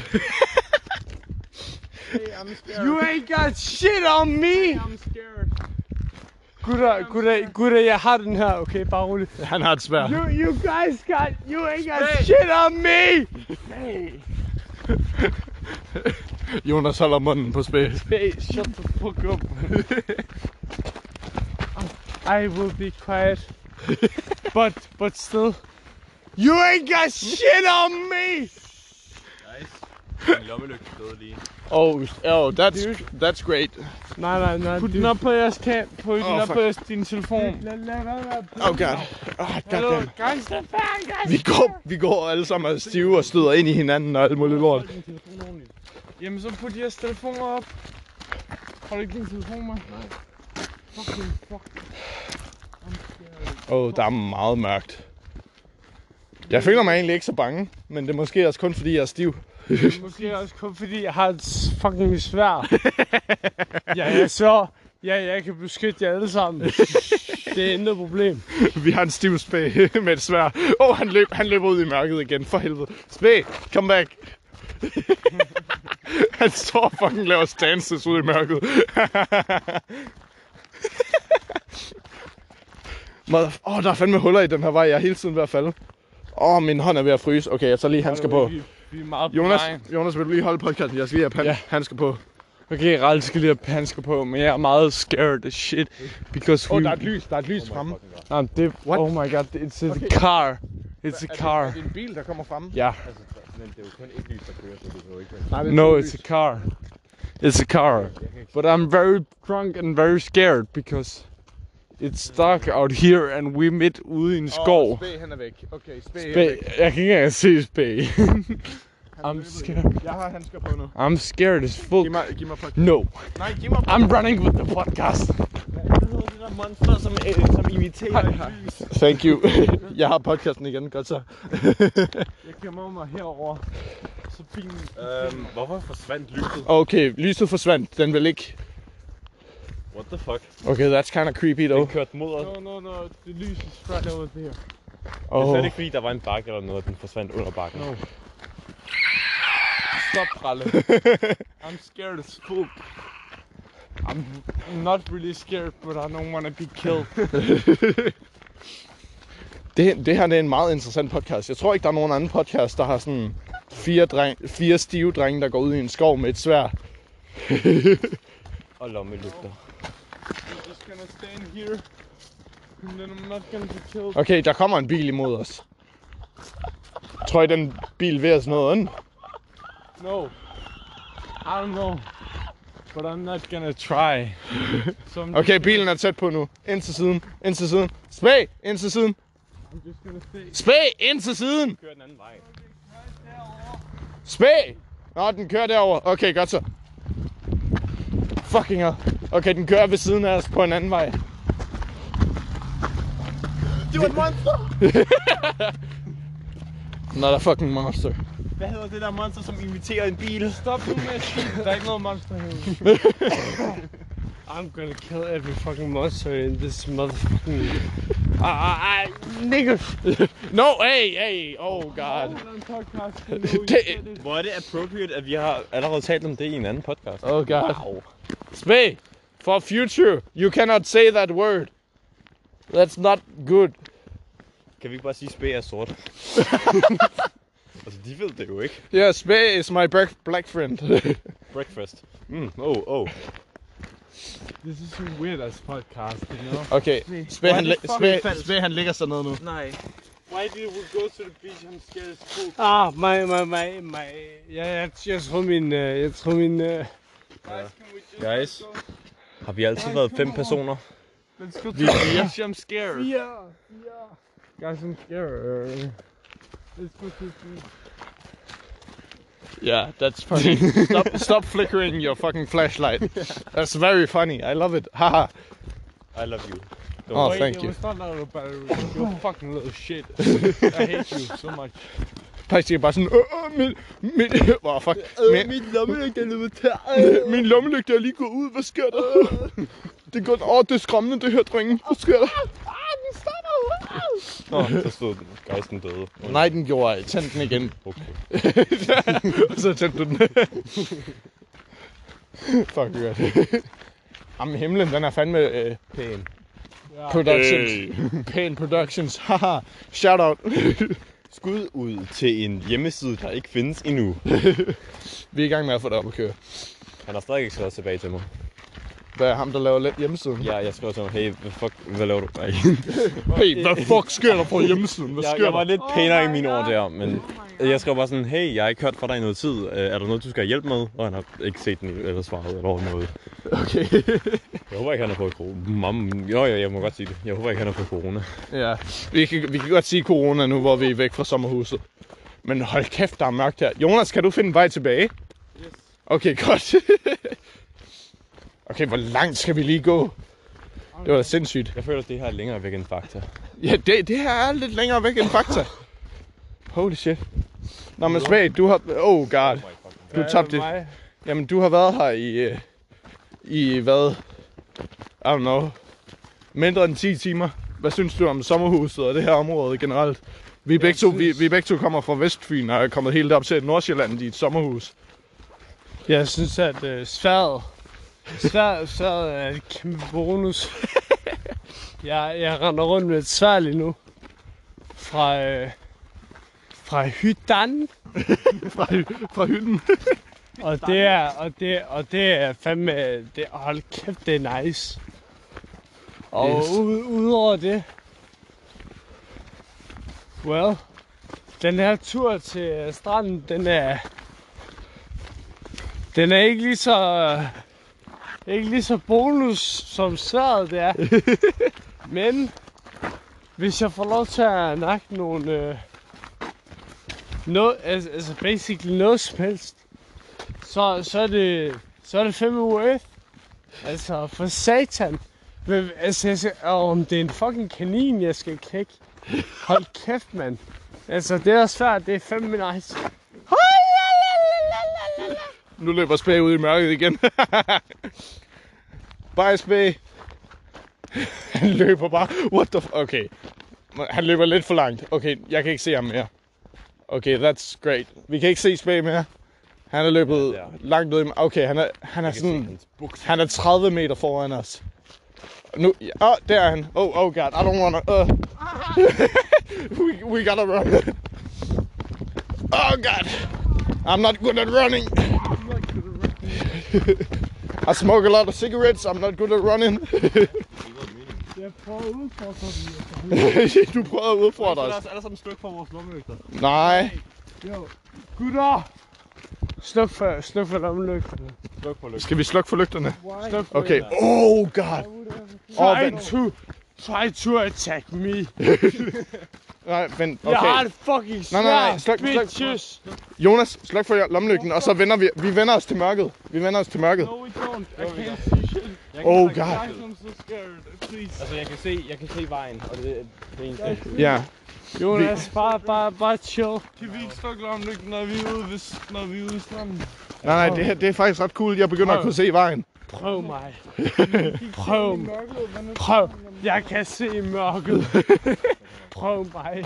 You ain't got shit on me! I'm scared. Gutter, jeg har den her, okay? Bare rolig. Han har et svær. You ain't got shit on me! Jonas holder munden på spæ. Hey, shut the fuck up. I will be quiet. But still. You ain't got shit on me! Nice. En lommelygte døde lige. Oh, that's great. Nej. Put den op på jeres Put den op på din telefon. Oh god. God damn. Guys, Vi går alle sammen og stive og støder ind i hinanden og alt muligt lort. Jamen så put jeres telefoner op. Har du ikke din telefon med? Nej. Fucking fuck. Der er meget mørkt. Jeg føler mig egentlig ikke så bange, men det er måske også kun fordi jeg er stiv. måske også kun fordi jeg har et fucking sværd. Jeg kan beskytte jer alle sammen. Det er intet problem. Vi har en stiv spæ med et sværd. Han løber ud i mørket igen, for helvede. Spæ, come back. Han står og fucking laver stances ud i mørket. Der er fandme huller i den her vej. Jeg er hele tiden ved at falde. Min hånd er ved at fryse. Okay, jeg tager lige handsker på. Vi er meget Jonas, vil du lige holde podcasten? Jeg skal lige have handsker på. Okay, Rald skal lige have handsker på, men jeg er meget scared as shit. Because der er et lys fremme. Oh my god, it's a car. It's a car. Er det en bil, der kommer fremme? Ja. Men det er jo kun et lys, der kører, så det er jo ikke... No, it's a car. It's a car. But I'm very drunk and very scared because it's dark out here and we midt ude i en skov. Spæ, han er væk. Okay, Spæ Spæ, jeg kan ikke engang se Spæ. I'm scared. Jeg har handsker på nu. I'm scared as fuck. Giv mig podcast. No. Nej, giv mig I'm running with the podcast. Hvad hedder det der monster, som imiterer lys? Thank you. Jeg har podcasten igen, godt så. Jeg kommer mig herover. Så fint. Hvorfor forsvandt lyset? Okay, lyset forsvandt. Den vil ikke... What the fuck? Okay, that's kind of creepy though. Den kørte mod os. No. Det lyser straight over there. Det er Oh. slet ikke fordi, der var en bakke eller noget, den forsvandt under bakken. No. Stop, Ralle. I'm scared as fuck. I'm not really scared, but I don't want to be killed. Det her det er en meget interessant podcast. Jeg tror ikke, der er nogen anden podcast, der har sådan fire stive drenge, der går ud i en skov med et sværd. Og lommelygter. I'm just gonna stand here, and then I'm not gonna be killed. Okay, der kommer en bil imod os. Tror I, den bil vil os noget ondt? No. I don't know. But I'm not gonna try. So I'm Okay, bilen er tæt på nu. Ind til siden. Spæg! Ind til siden. I'm just gonna stay. Spæg! Ind til siden! Kør den anden vej. Spæg! Nå, den kører derover. Okay, godt så. Fucking hell. Okay, den kører ved siden af os på en anden vej. Det var et monster! Not a fucking monster. Hvad hedder det der monster, som imiterer en bil? Stop nu med at sige, der er ikke noget monster her. I'm gonna kill every fucking monster in this motherfucking... niggas! No, hey, oh god. Hvor er det appropriate, at vi har allerede talt om det i en anden podcast? Oh god. Wow. Spæg! For future, you cannot say that word. That's not good. Kan vi ikke bare sige, at spæg er sort? Altså, de ved det jo ikke. Yeah, Spæg is my black friend. Breakfast. This is a weird ass podcast, you know? Okay, Spæg han ligger sig ned nu. Nej. Why did we go to the beach? I'm scared as fuck. My. Jeg tror min... Guys, can we just Guys. go? Har vi altid været 5 personer? Let's go to the beach. I'm scared. Yeah. Guys, I'm scared. Let's go to the beach. Yeah, that's funny. Stop flickering your fucking flashlight. That's very funny. I love it. Haha. I love you. Oh, Wait, thank it you. was not out of battery. You fucking little shit. I hate you so much. Faktisk er bare sådan, fuck. Min lommelygte er løbet tør. Min lommelygte er lige gået ud. Hvad sker der? Det er godt. Det er skræmmende det her, drenge. Hvad sker der? Nå, så stod den. Gejsten døde. Nej, den gjorde jeg. Tænd den igen. Okay. Og så tændte du den. Fuck, godt. Jamen, himlen, den er fandme Pæn. Productions. Pæn Productions. Haha. Shout out. Skud ud til en hjemmeside, der ikke findes endnu. Vi er i gang med at få det op at køre. Han har stadig ikke skrevet tilbage til mig. Hvad er ham, der laver hjemmesiden? Ja, jeg skrev til ham, hey, hvad laver du? Nej. Hey, hvad fuck sker der på hjemmesiden? Hvad sker Jeg var der? lidt pænere i mine ord der, men jeg skrev bare sådan, hey, jeg har ikke hørt fra dig i noget tid. Er der noget, du skal hjælpe med? Og han har ikke set den eller svaret eller noget. Okay. Jeg håber ikke, han har fået corona. Jo, jeg må godt sige det. Jeg håber ikke, han har fået corona. Ja, vi kan godt sige corona nu, hvor vi er væk fra sommerhuset. Men hold kæft, der er mørkt her. Jonas, kan du finde vej tilbage? Yes. Okay, godt. Okay, hvor langt skal vi lige gå? Det var da sindssygt. Jeg føler, at det her er længere væk end Fakta. Ja, det her er lidt længere væk end Fakta. Holy shit. Nå, men Spæg, du har... Oh god. Du tabte det. Jamen, du har været her i hvad? I don't know. Mindre end 10 timer. Hvad synes du om sommerhuset og det her område generelt? Vi begge to kommer fra Vestfyn og er kommet helt op til Nordsjælland i et sommerhus. Jeg synes, at sværet er et kæmpe bonus. jeg render rundt med et sværd lige nu. Fra hytten. fra hytten. og det er fandme... Hold kæft, det er nice. Og Yes. udover det... Well, den her tur til stranden, den er ikke lige så bonus som sværdet det er. Men hvis jeg får lov til at nakke nogle altså basically noget som helst, så er det 5 worth. Altså for satan. Men, altså, om det er en fucking kanin jeg skal knække. Hold kæft, mand. Altså det er svært, det er fandme nice. Nu løber Spæg ud i mørket igen. Bye, Spæ. Han løber bare. What the okay. Han løber lidt for langt. Okay, jeg kan ikke se ham mere. Okay, that's great. Vi kan ikke se Spæ mere. Han er løbet langt ud. Okay, han er 30 meter foran os. Nu, der er han. Oh god, I don't wanna. We gotta run. Oh god, I'm not good at running. I smoke a lot of cigarettes. I'm not good at running. Jeg prøver at udfordre dig. Du prøver at udfordre os. Er der sådan et stykke for vores lommelygter? Nej. Jo, gutter! Sluk for lommelygterne. Skal vi slukke for lygterne? Sluk for Okay. Oh god. Try to attack me. Nej, vent. Jeg har Okay. det fucking Nej, svært, sluk. bitches. Jonas, sluk for lommelygten, og så vender vi vender os til mørket. Vi vender os til mørket. No, we don't. I can't see shit. Oh god. I'm so scared. Please. Altså, jeg kan se vejen, og det er eneste. Ja. Jonas, bare chill. Kan vi ikke slukke lommelygten, når vi er ude i stranden? Nej, det er faktisk ret cool. Jeg begynder at kunne se vejen. Prøv mig. Prøv. Jeg kan se mørket. Prøv mig.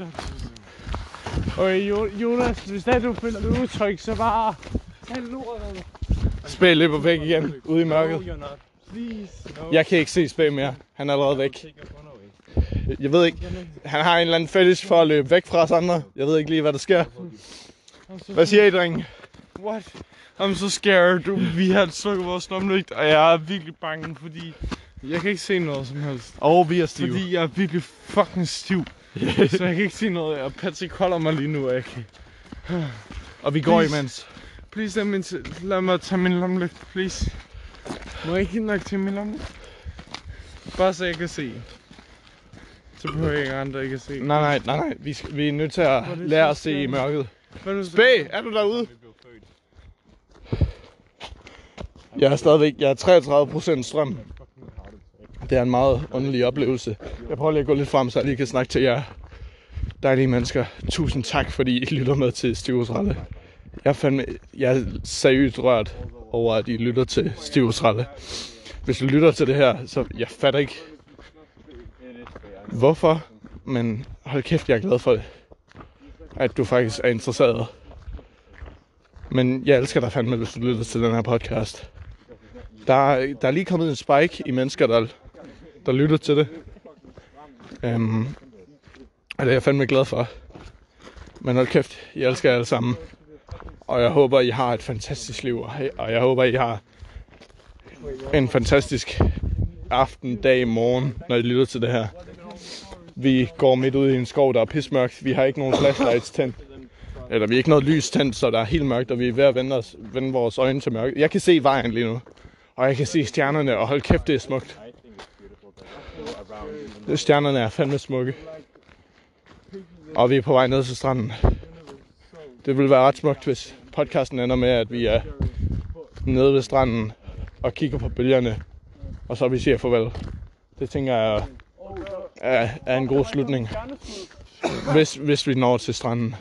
Okay, Jonas, hvis du føler dig utryg, så bare tag lortet. Spæ løber væk igen, ude i mørket. Jeg kan ikke se Spæ mere. Han er allerede væk. Jeg ved ikke. Han har en eller anden fetish for at løbe væk fra os andre. Jeg ved ikke lige, hvad der sker. Hvad siger I, drenge? What? I'm so scared. Vi har slukket vores lommelygte, og jeg er virkelig bange, fordi jeg kan ikke se noget som helst. Og vi er stive. Fordi jeg er virkelig fucking stiv. Så jeg kan ikke se noget, og Patrick holder mig lige nu, ikke? Og vi går imens. Please, lad mig tage min lommelygte, please. Må jeg ikke nok til min lommelygte? Bare så jeg kan se. Så behøver jeg ikke andre ikke at se. Nej. Vi er nødt til at lære at se i mørket. Spæ, er du derude? Jeg er 33% strøm. Det er en meget underlig oplevelse. Jeg prøver lige at gå lidt frem, så jeg lige kan snakke til jer dejlige mennesker. Tusind tak, fordi I lytter med til Stivus Ralle. Jeg er seriøst rørt over, at I lytter til Stivus Ralle. Hvis du lytter til det her, så jeg fatter ikke hvorfor, men hold kæft, jeg er glad for det. At du faktisk er interesseret. Men jeg elsker dig fandme, hvis du lytter til den her podcast. Der er lige kommet en spike i mennesker, der lytter til det. Og det er jeg fandme glad for. Men hold kæft, jeg elsker jer alle sammen. Og jeg håber, I har et fantastisk liv. Og jeg håber, I har en fantastisk aften, dag, morgen, når I lytter til det her. Vi går midt ude i en skov, der er pismørkt. Vi har ikke nogen flashlights tændt. Eller vi har ikke noget lys tændt, så der er helt mørkt, og vi er ved at vende vores øjne til mørket. Jeg kan se vejen lige nu. Og jeg kan se stjernerne, og hold kæft, det er smukt. Stjernerne er fandme smukke. Og vi er på vej ned til stranden. Det ville være ret smukt, hvis podcasten ender med, at vi er nede ved stranden og kigger på bølgerne. Og så vi siger farvel. Det tænker jeg er en god slutning. Hvis vi når til stranden.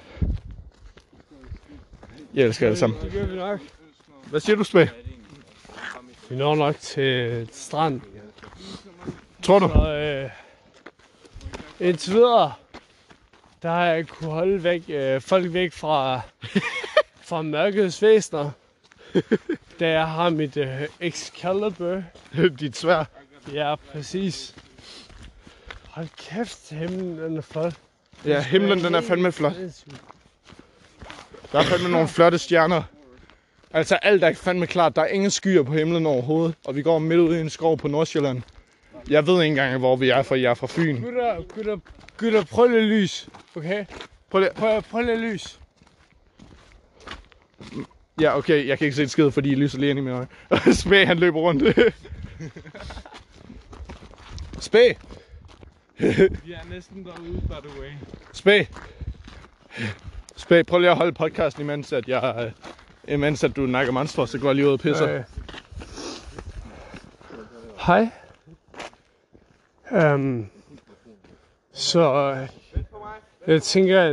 Jeg elsker alle sammen. Det gør vi nok. Hvad siger du, Spæ? Vi når nok til strand. Tror du? Så indtil videre, der har jeg kunne holde folk væk fra mørkets væsener. Da jeg har mit Excalibur. Dit svær. Ja, præcis. Hold kæft, himlen den er flot. Ja, himlen den er fandme flot. Der er fandme nogle flotte stjerner. Altså alt er fandme klart. Der er ingen skyer på himlen overhovedet. Og vi går midt ude i en skov på Nordsjælland. Jeg ved ikke engang, hvor vi er, for jeg er fra Fyn. Gutter, prøv lidt lys. Okay? Prøv lidt lys. Ja, okay. Jeg kan ikke se et skid, fordi I lyser lige ind i mine øjne. Spæ, han løber rundt. Spæ! Vi er næsten derude, by the way. Spæ, prøv lige at holde podcasten, imens at du nakker monster, så går jeg lige ud og pisser. Hej. Så jeg tænker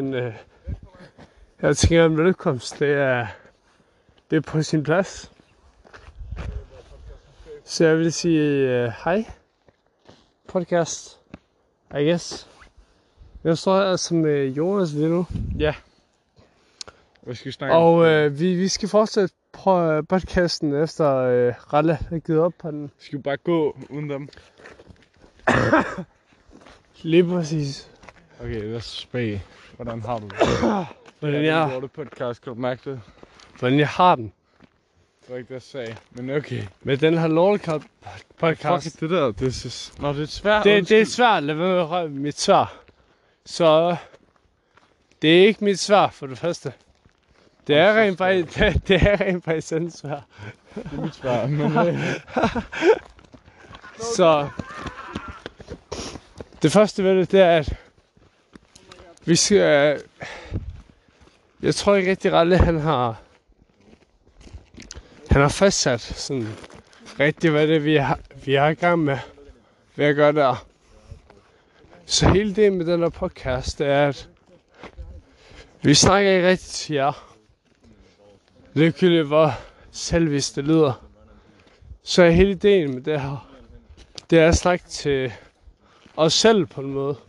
en velkomst, det er på sin plads. Så jeg vil sige hej. Podcast, I guess. Jeg står altså med Jonas lige nu. Ja. Hvad skal vi snakke Og vi skal fortsætte podcasten efter Ralle har givet op på den. Skal vi bare gå uden dem? Lige præcis. Okay, lad os spage. Hvordan har du det? Hvordan Det er jeg, en podcast, kan du mærke det? hvordan jeg har den. Det var ikke det, jeg sagde. Men okay. Med den her lortekamp podcast. Fuck det der. Det er svært. Det er svært. Lad være med at røre mit svar. Så det er ikke mit svar for det første. Det er rent faktisk sådan svært. Det er mit svar. Men Så det første ved det er, at vi skal... Jeg tror ikke rigtig, Ralle han har fastsat sådan rigtig, hvad det er, vi er i gang med ved at gøre der. Så hele det med den her podcast, det er, at vi snakker ikke rigtig til jer. Ligegyldigt hvor selvvist det lyder. Så hele ideen med det her, det er at snakke til os selv på en måde.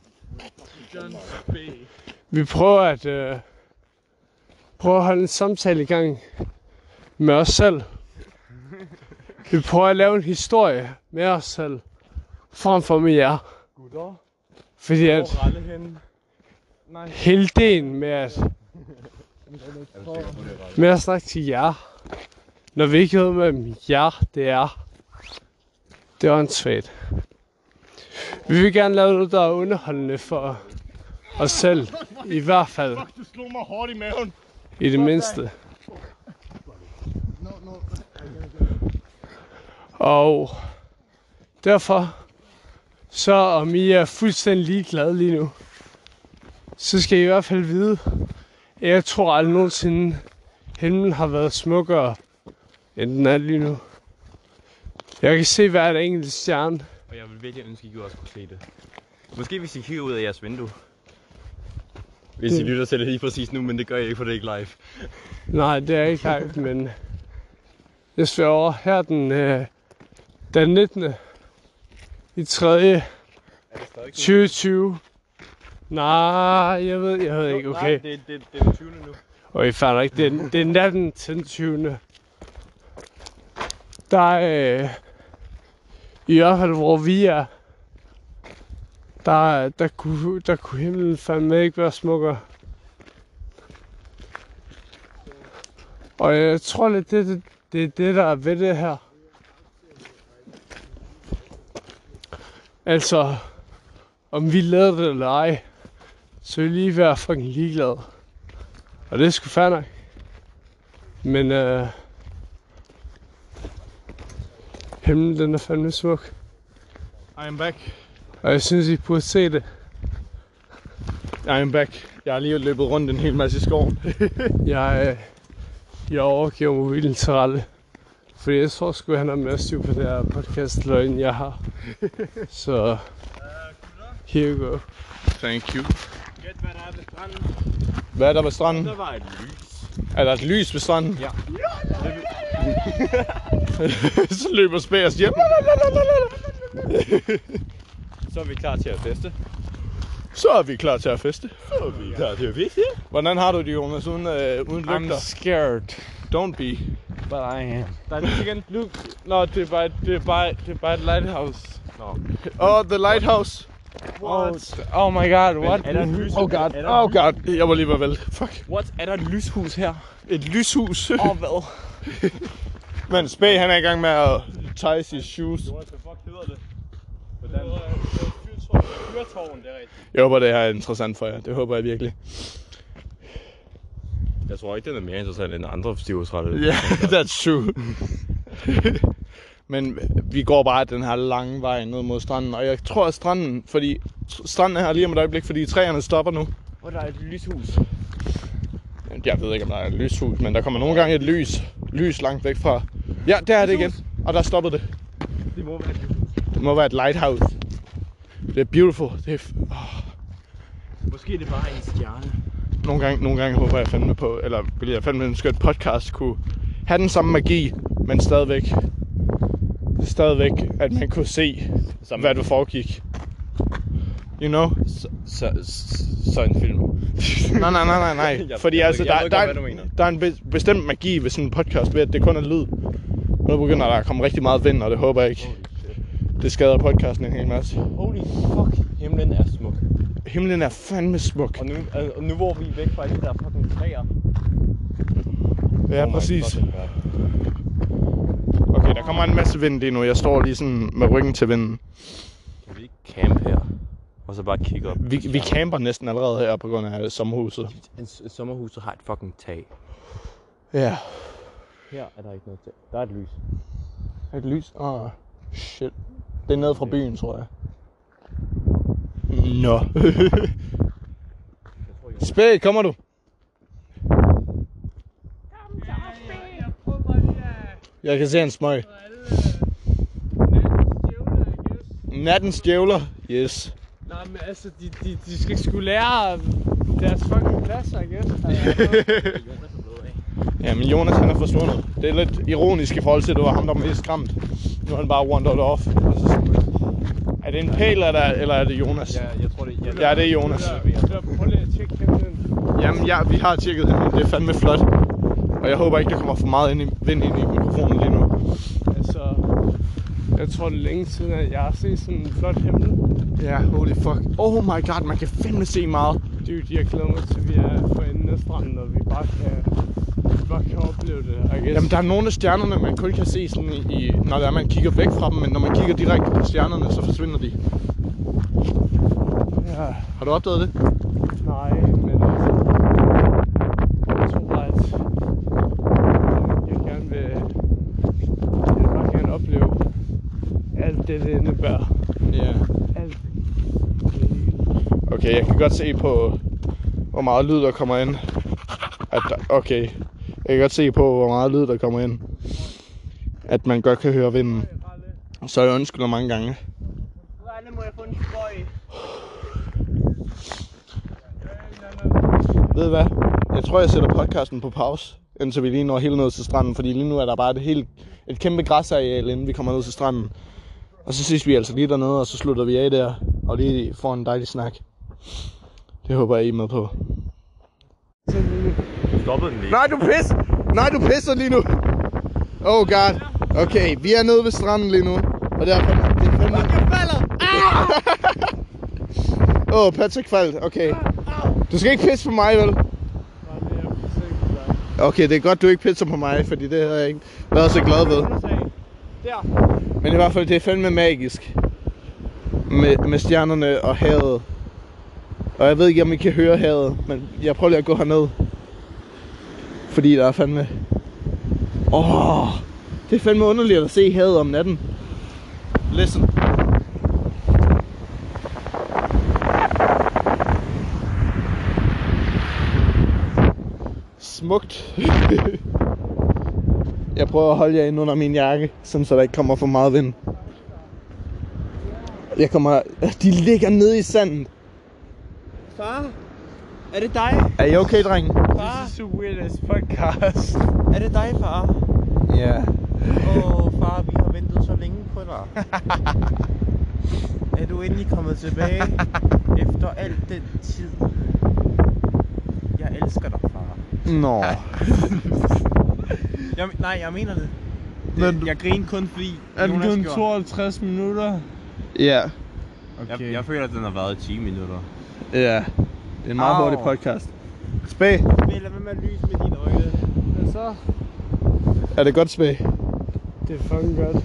Vi prøver at holde en samtale i gang med os selv. Vi prøver at lave en historie med os selv, frem for med jer. Fordi at hele ideen med at snakke til jer, når vi ikke ved med jer, det er åndssvagt. Vi vil gerne lave noget, der er underholdende for os selv. I hvert fald. Du slog mig hårdt i maven. I det mindste. Og derfor, så om I er fuldstændig ligeglade lige nu, så skal I hvert fald vide, at jeg tror aldrig nogensinde, himlen har været smukkere, end den er lige nu. Jeg kan se hver enkelt stjerne. Og jeg vil virkelig ønske, at I også kunne se det. Måske hvis I kigger ud af jeres vindue. Hvis I lytter til det lige præcis nu, men det gør jeg ikke, for det er ikke live. Nej, det er ikke live, men jeg sværger her den 19. i 3. 2020. Nej, jeg ved ikke, okay. Nej, det er den 20. nu. Og I fatter ikke, det er natten til den 20. Der er i hvert fald, hvor vi er, der kunne himlen fandme ikke være smukkere. Og jeg tror lidt, det er det, der er ved det her. Altså, om vi lavede det eller ej, så vil lige være fucking ligeglade. Og det er sgu fair nok. Men himlen, den er fandme smuk. I am back. Og jeg synes, I burde se det. I am back. Jeg har lige løbet rundt en hel masse i skoven. Jeg overgiver mobilen til Ralle. Fordi jeg tror sgu, han har mere styr på det her podcast, end jeg har. Så here you go. Thank you. Gæt, hvad der er ved stranden. Hvad er der ved stranden? Der var et lys. Er der et lys ved stranden? Ja. Så løber Spærs hjem. Så er vi klar til at feste. Så er vi klar til at feste. Klar til at feste? Hvordan har du det, Jonas, uden lygter? I'm scared. Don't be. But I am. Der er lige igen. Nå, det er bare et lighthouse. Oh, the lighthouse. Oh my god, what? Er der et lys? Oh god, oh god. Jeg var lige ved vel. Fuck. What? Er der et lyshus her? Et lyshus. Hvad? Men Spæg, han er i gang med at tie his shoes. Hvad fuck hedder det? Hvordan? Fyrtårn, det er rigtigt. Jeg håber, det her er interessant for jer. Det håber jeg virkelig. Jeg tror ikke, den er mere interessant end andre stivhusretter. Ja, that's true. Men vi går bare den her lange vej ned mod stranden. Og jeg tror, at stranden er her lige om et øjeblik, fordi træerne stopper nu. Og der er et lyshus. Jeg ved ikke, om der er et lyshus, men der kommer nogle gange et lys langt væk fra. Ja, der er det igen. Og der stoppede det. Det må være et lyshus. Det må være et lighthouse. Det er beautiful. Det er Måske det bare en stjerne. Nogle gange håber jeg fandme på, eller vil jeg fandme ønske, at podcast kunne have den samme magi, men stadigvæk stadigvæk, at man kunne se, hvad du foregik. You know? Så en film. Nej. Fordi altså, der er en bestemt magi ved sådan en podcast, ved at det kun er lyd. Nu begynder der at komme rigtig meget vind, og det håber jeg ikke. Det skader podcasten en hel masse. Holy fuck, himlen er smuk. Himlen er fandme smuk. Og nu hvor vi er væk fra alle de der fucking træer. Ja, præcis. Okay, der kommer en masse vind lige nu. Jeg står lige sådan med ryggen til vinden. Kan vi ikke campe her? Og så bare kigge op? Vi camper næsten allerede her på grund af sommerhuset. Sommerhuset har et fucking tag. Ja. Her er der ikke noget tag. Der er et lys. Et lys? Shit. Det er nede fra byen, tror jeg. Nå. Spæg, kommer du? Jeg kan se en smøg. Nattens djævler, yes. Nej, men altså, de skal sgu lære deres fucking pladser, I guess. Ja, men Jonas han er forsvundet. Det er lidt ironisk i forhold til, at det var ham, der var mest skræmt. Nu er han bare wandered off. Er det en pæl, eller er det Jonas? Ja, jeg tror det. Ja, det er Jonas. Prøv lige at tjekke himlen. Jamen ja, vi har tjekket himlen. Det er fandme flot. Og jeg håber ikke, der kommer for meget vind ind i mikrofonen lige nu. Altså, jeg tror det er længe siden, at jeg har set sådan en flot himmel. Ja, holy fuck. Oh my god, man kan fandme se meget. Dude, jeg glæder mig til, at vi er for enden af stranden, og vi bare kan opleve det, I guess. Jamen, der er nogle af stjernerne, man kun kan se sådan når der er, man kigger væk fra dem, men når man kigger direkte på stjernerne, så forsvinder de. Ja. Har du opdaget det? Nej, men altså, jeg tror bare, at jeg vil bare gerne opleve alt det indebærer. Ja. Alt. Okay, jeg kan godt se på, hvor meget lyd der kommer ind. Okay, jeg kan godt se på, hvor meget lyd der kommer ind. At man godt kan høre vinden. Så jeg undskylder mange gange. Ralle, må jeg få en sprøj? Ved du hvad? Jeg tror, jeg sætter podcasten på pause, indtil vi lige når helt ned til stranden. Fordi lige nu er der bare et kæmpe græsareal, inden vi kommer ned til stranden. Og så ses vi altså lige dernede, og så slutter vi af der. Og lige får en dejlig snak. Det håber jeg, I er med på. Du stoppede den lige. Nej, du pisser lige nu. Oh god. Okay, vi er nede ved stranden lige nu. Og det er fandme... Patrick faldt. Okay. Du skal ikke pisse på mig, vel? Okay, det er godt, du ikke pisser på mig, fordi det har jeg ikke været så glad ved. Men i hvert fald, det er fandme magisk. Med stjernerne og havet. Og jeg ved ikke, om I kan høre havet, men jeg prøver lige at gå herned. Fordi der er fandme... det er fandme underligt at se havet om natten. Listen. Smukt. Jeg prøver at holde jer ind under min jakke, sådan så der ikke kommer for meget vind. De ligger nede i sandet. Far? Er det dig? Er I okay, dreng? Far? This is the weirdest podcast. Er det dig, far? Ja. Far, vi har ventet så længe på dig. Er du endelig kommet tilbage efter al den tid? Jeg elsker dig, far. Nå. Jeg mener det. Men, jeg griner kun fordi er den kun 52 minutter? Ja. Okay. Jeg føler, at den har været 10 minutter. Ja. Det er en meget hurtig podcast. Spæg. Lad være med at lyse med dine øjne. Hvad så? Er det godt, Spæg? Det er fucking godt.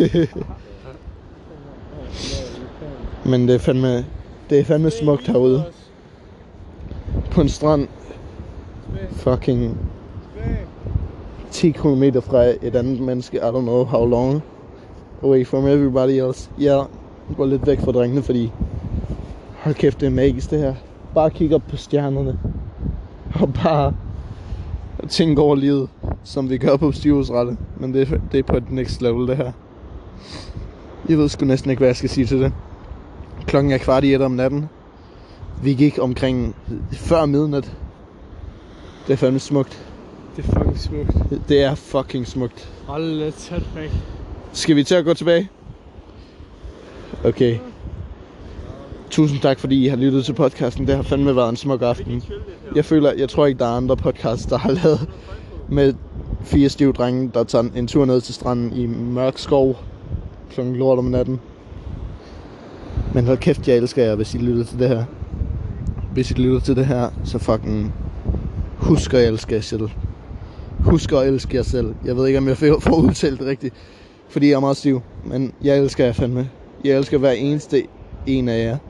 Men det er fandme smukt herude. På en strand. Fucking 10 km fra et andet menneske. I don't know how long. Away from everybody else. Ja, går lidt væk fra drengene, fordi hold kæft, det er magisk det her. Bare kigge op på stjernerne. Og bare tænke over livet, som vi gør på Stivhusrette. Men det er på et next level det her. Jeg ved sgu næsten ikke, hvad jeg skal sige til det. Klokken er 1:15 om natten. Vi gik omkring før midnat. Det er fandme smukt. Det er fucking smukt. Det er fucking smukt. Hold lidt tæt væk. Skal vi til at gå tilbage? Okay. Tusind tak, fordi I har lyttet til podcasten. Det har fandme været en smuk aften. Jeg tror ikke, der er andre podcasts, der har lavet med 4 stive drenge, der tager en tur ned til stranden i mørk skov klokken lort om natten. Men hold kæft, jeg elsker jer, hvis I lytter til det her. Hvis I lytter til det her, så fucking husk at elske jer selv. Husk at elske jer selv. Jeg ved ikke, om jeg får udtalt det rigtigt, fordi jeg er meget stiv. Men jeg elsker jer fandme. Jeg elsker hver eneste en af jer.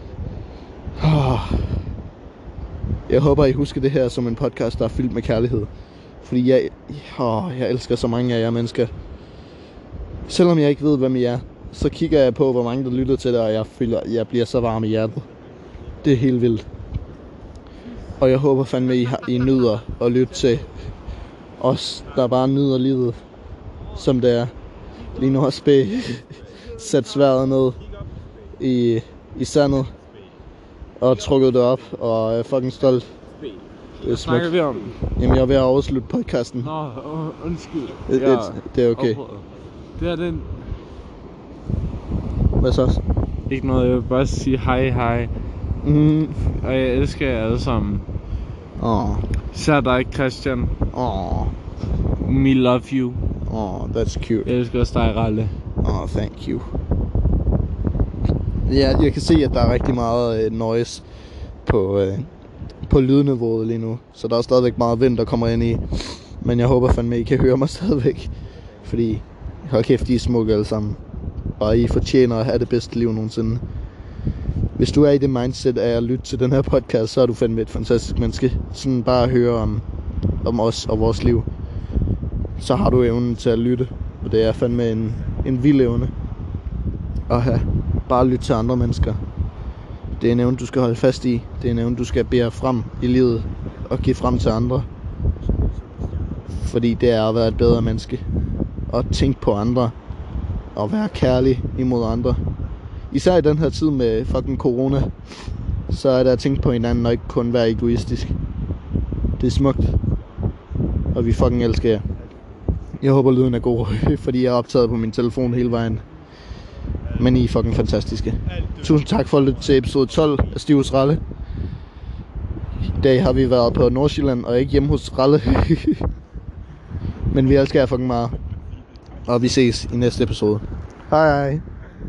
Jeg håber, I husker det her som en podcast, der er fyldt med kærlighed. Fordi jeg elsker så mange af jer mennesker. Selvom jeg ikke ved, hvem I er, så kigger jeg på, hvor mange der lytter til det, og jeg føler, at jeg bliver så varm i hjertet. Det er helt vildt. Og jeg håber fandme, I nyder at lytte til os, der bare nyder livet, som det er. Lige nu har Spæ sat sværdet ned i sandet og trukket det op, og er fucking stolt. Hvad snakker vi om? Jamen, jeg er ved at afslutte podcasten. Nå, undskyld. Det er okay. Det er den. Hvad så? Ikke noget, jeg vil bare sige hej. Og jeg elsker jer alle sammen. Især dig, Christian. Me love you. That's cute. Jeg elsker også dig, Ralle. Thank you. Ja, jeg kan se, at der er rigtig meget noise på lydniveauet lige nu. Så der er stadigvæk meget vind, der kommer ind i. Men jeg håber fandme, I kan høre mig stadigvæk. Fordi, hold kæft, I er smukke alle sammen. Og I fortjener at have det bedste liv nogensinde. Hvis du er i det mindset af at lytte til den her podcast, så er du fandme et fantastisk menneske. Sådan bare at høre om os og vores liv. Så har du evnen til at lytte. Og det er fandme en vild evne at have. Bare lytte til andre mennesker. Det er en evne, du skal holde fast i. Det er en evne, du skal bære frem i livet og give frem til andre. Fordi det er at være et bedre menneske. Og tænke på andre. Og være kærlig imod andre. Især i den her tid med fucking corona, så er der at tænke på hinanden og ikke kun være egoistisk. Det er smukt. Og vi fucking elsker jer. Jeg håber lyden er god, fordi jeg er optaget på min telefon hele vejen. Men I er fucking fantastiske. Tusind tak for at lytte til episode 12 af Stiv hos Ralle. I dag har vi været på Nordsjælland og ikke hjemme hos Ralle. Men vi elsker jer fucking meget. Og vi ses i næste episode. Hej hej.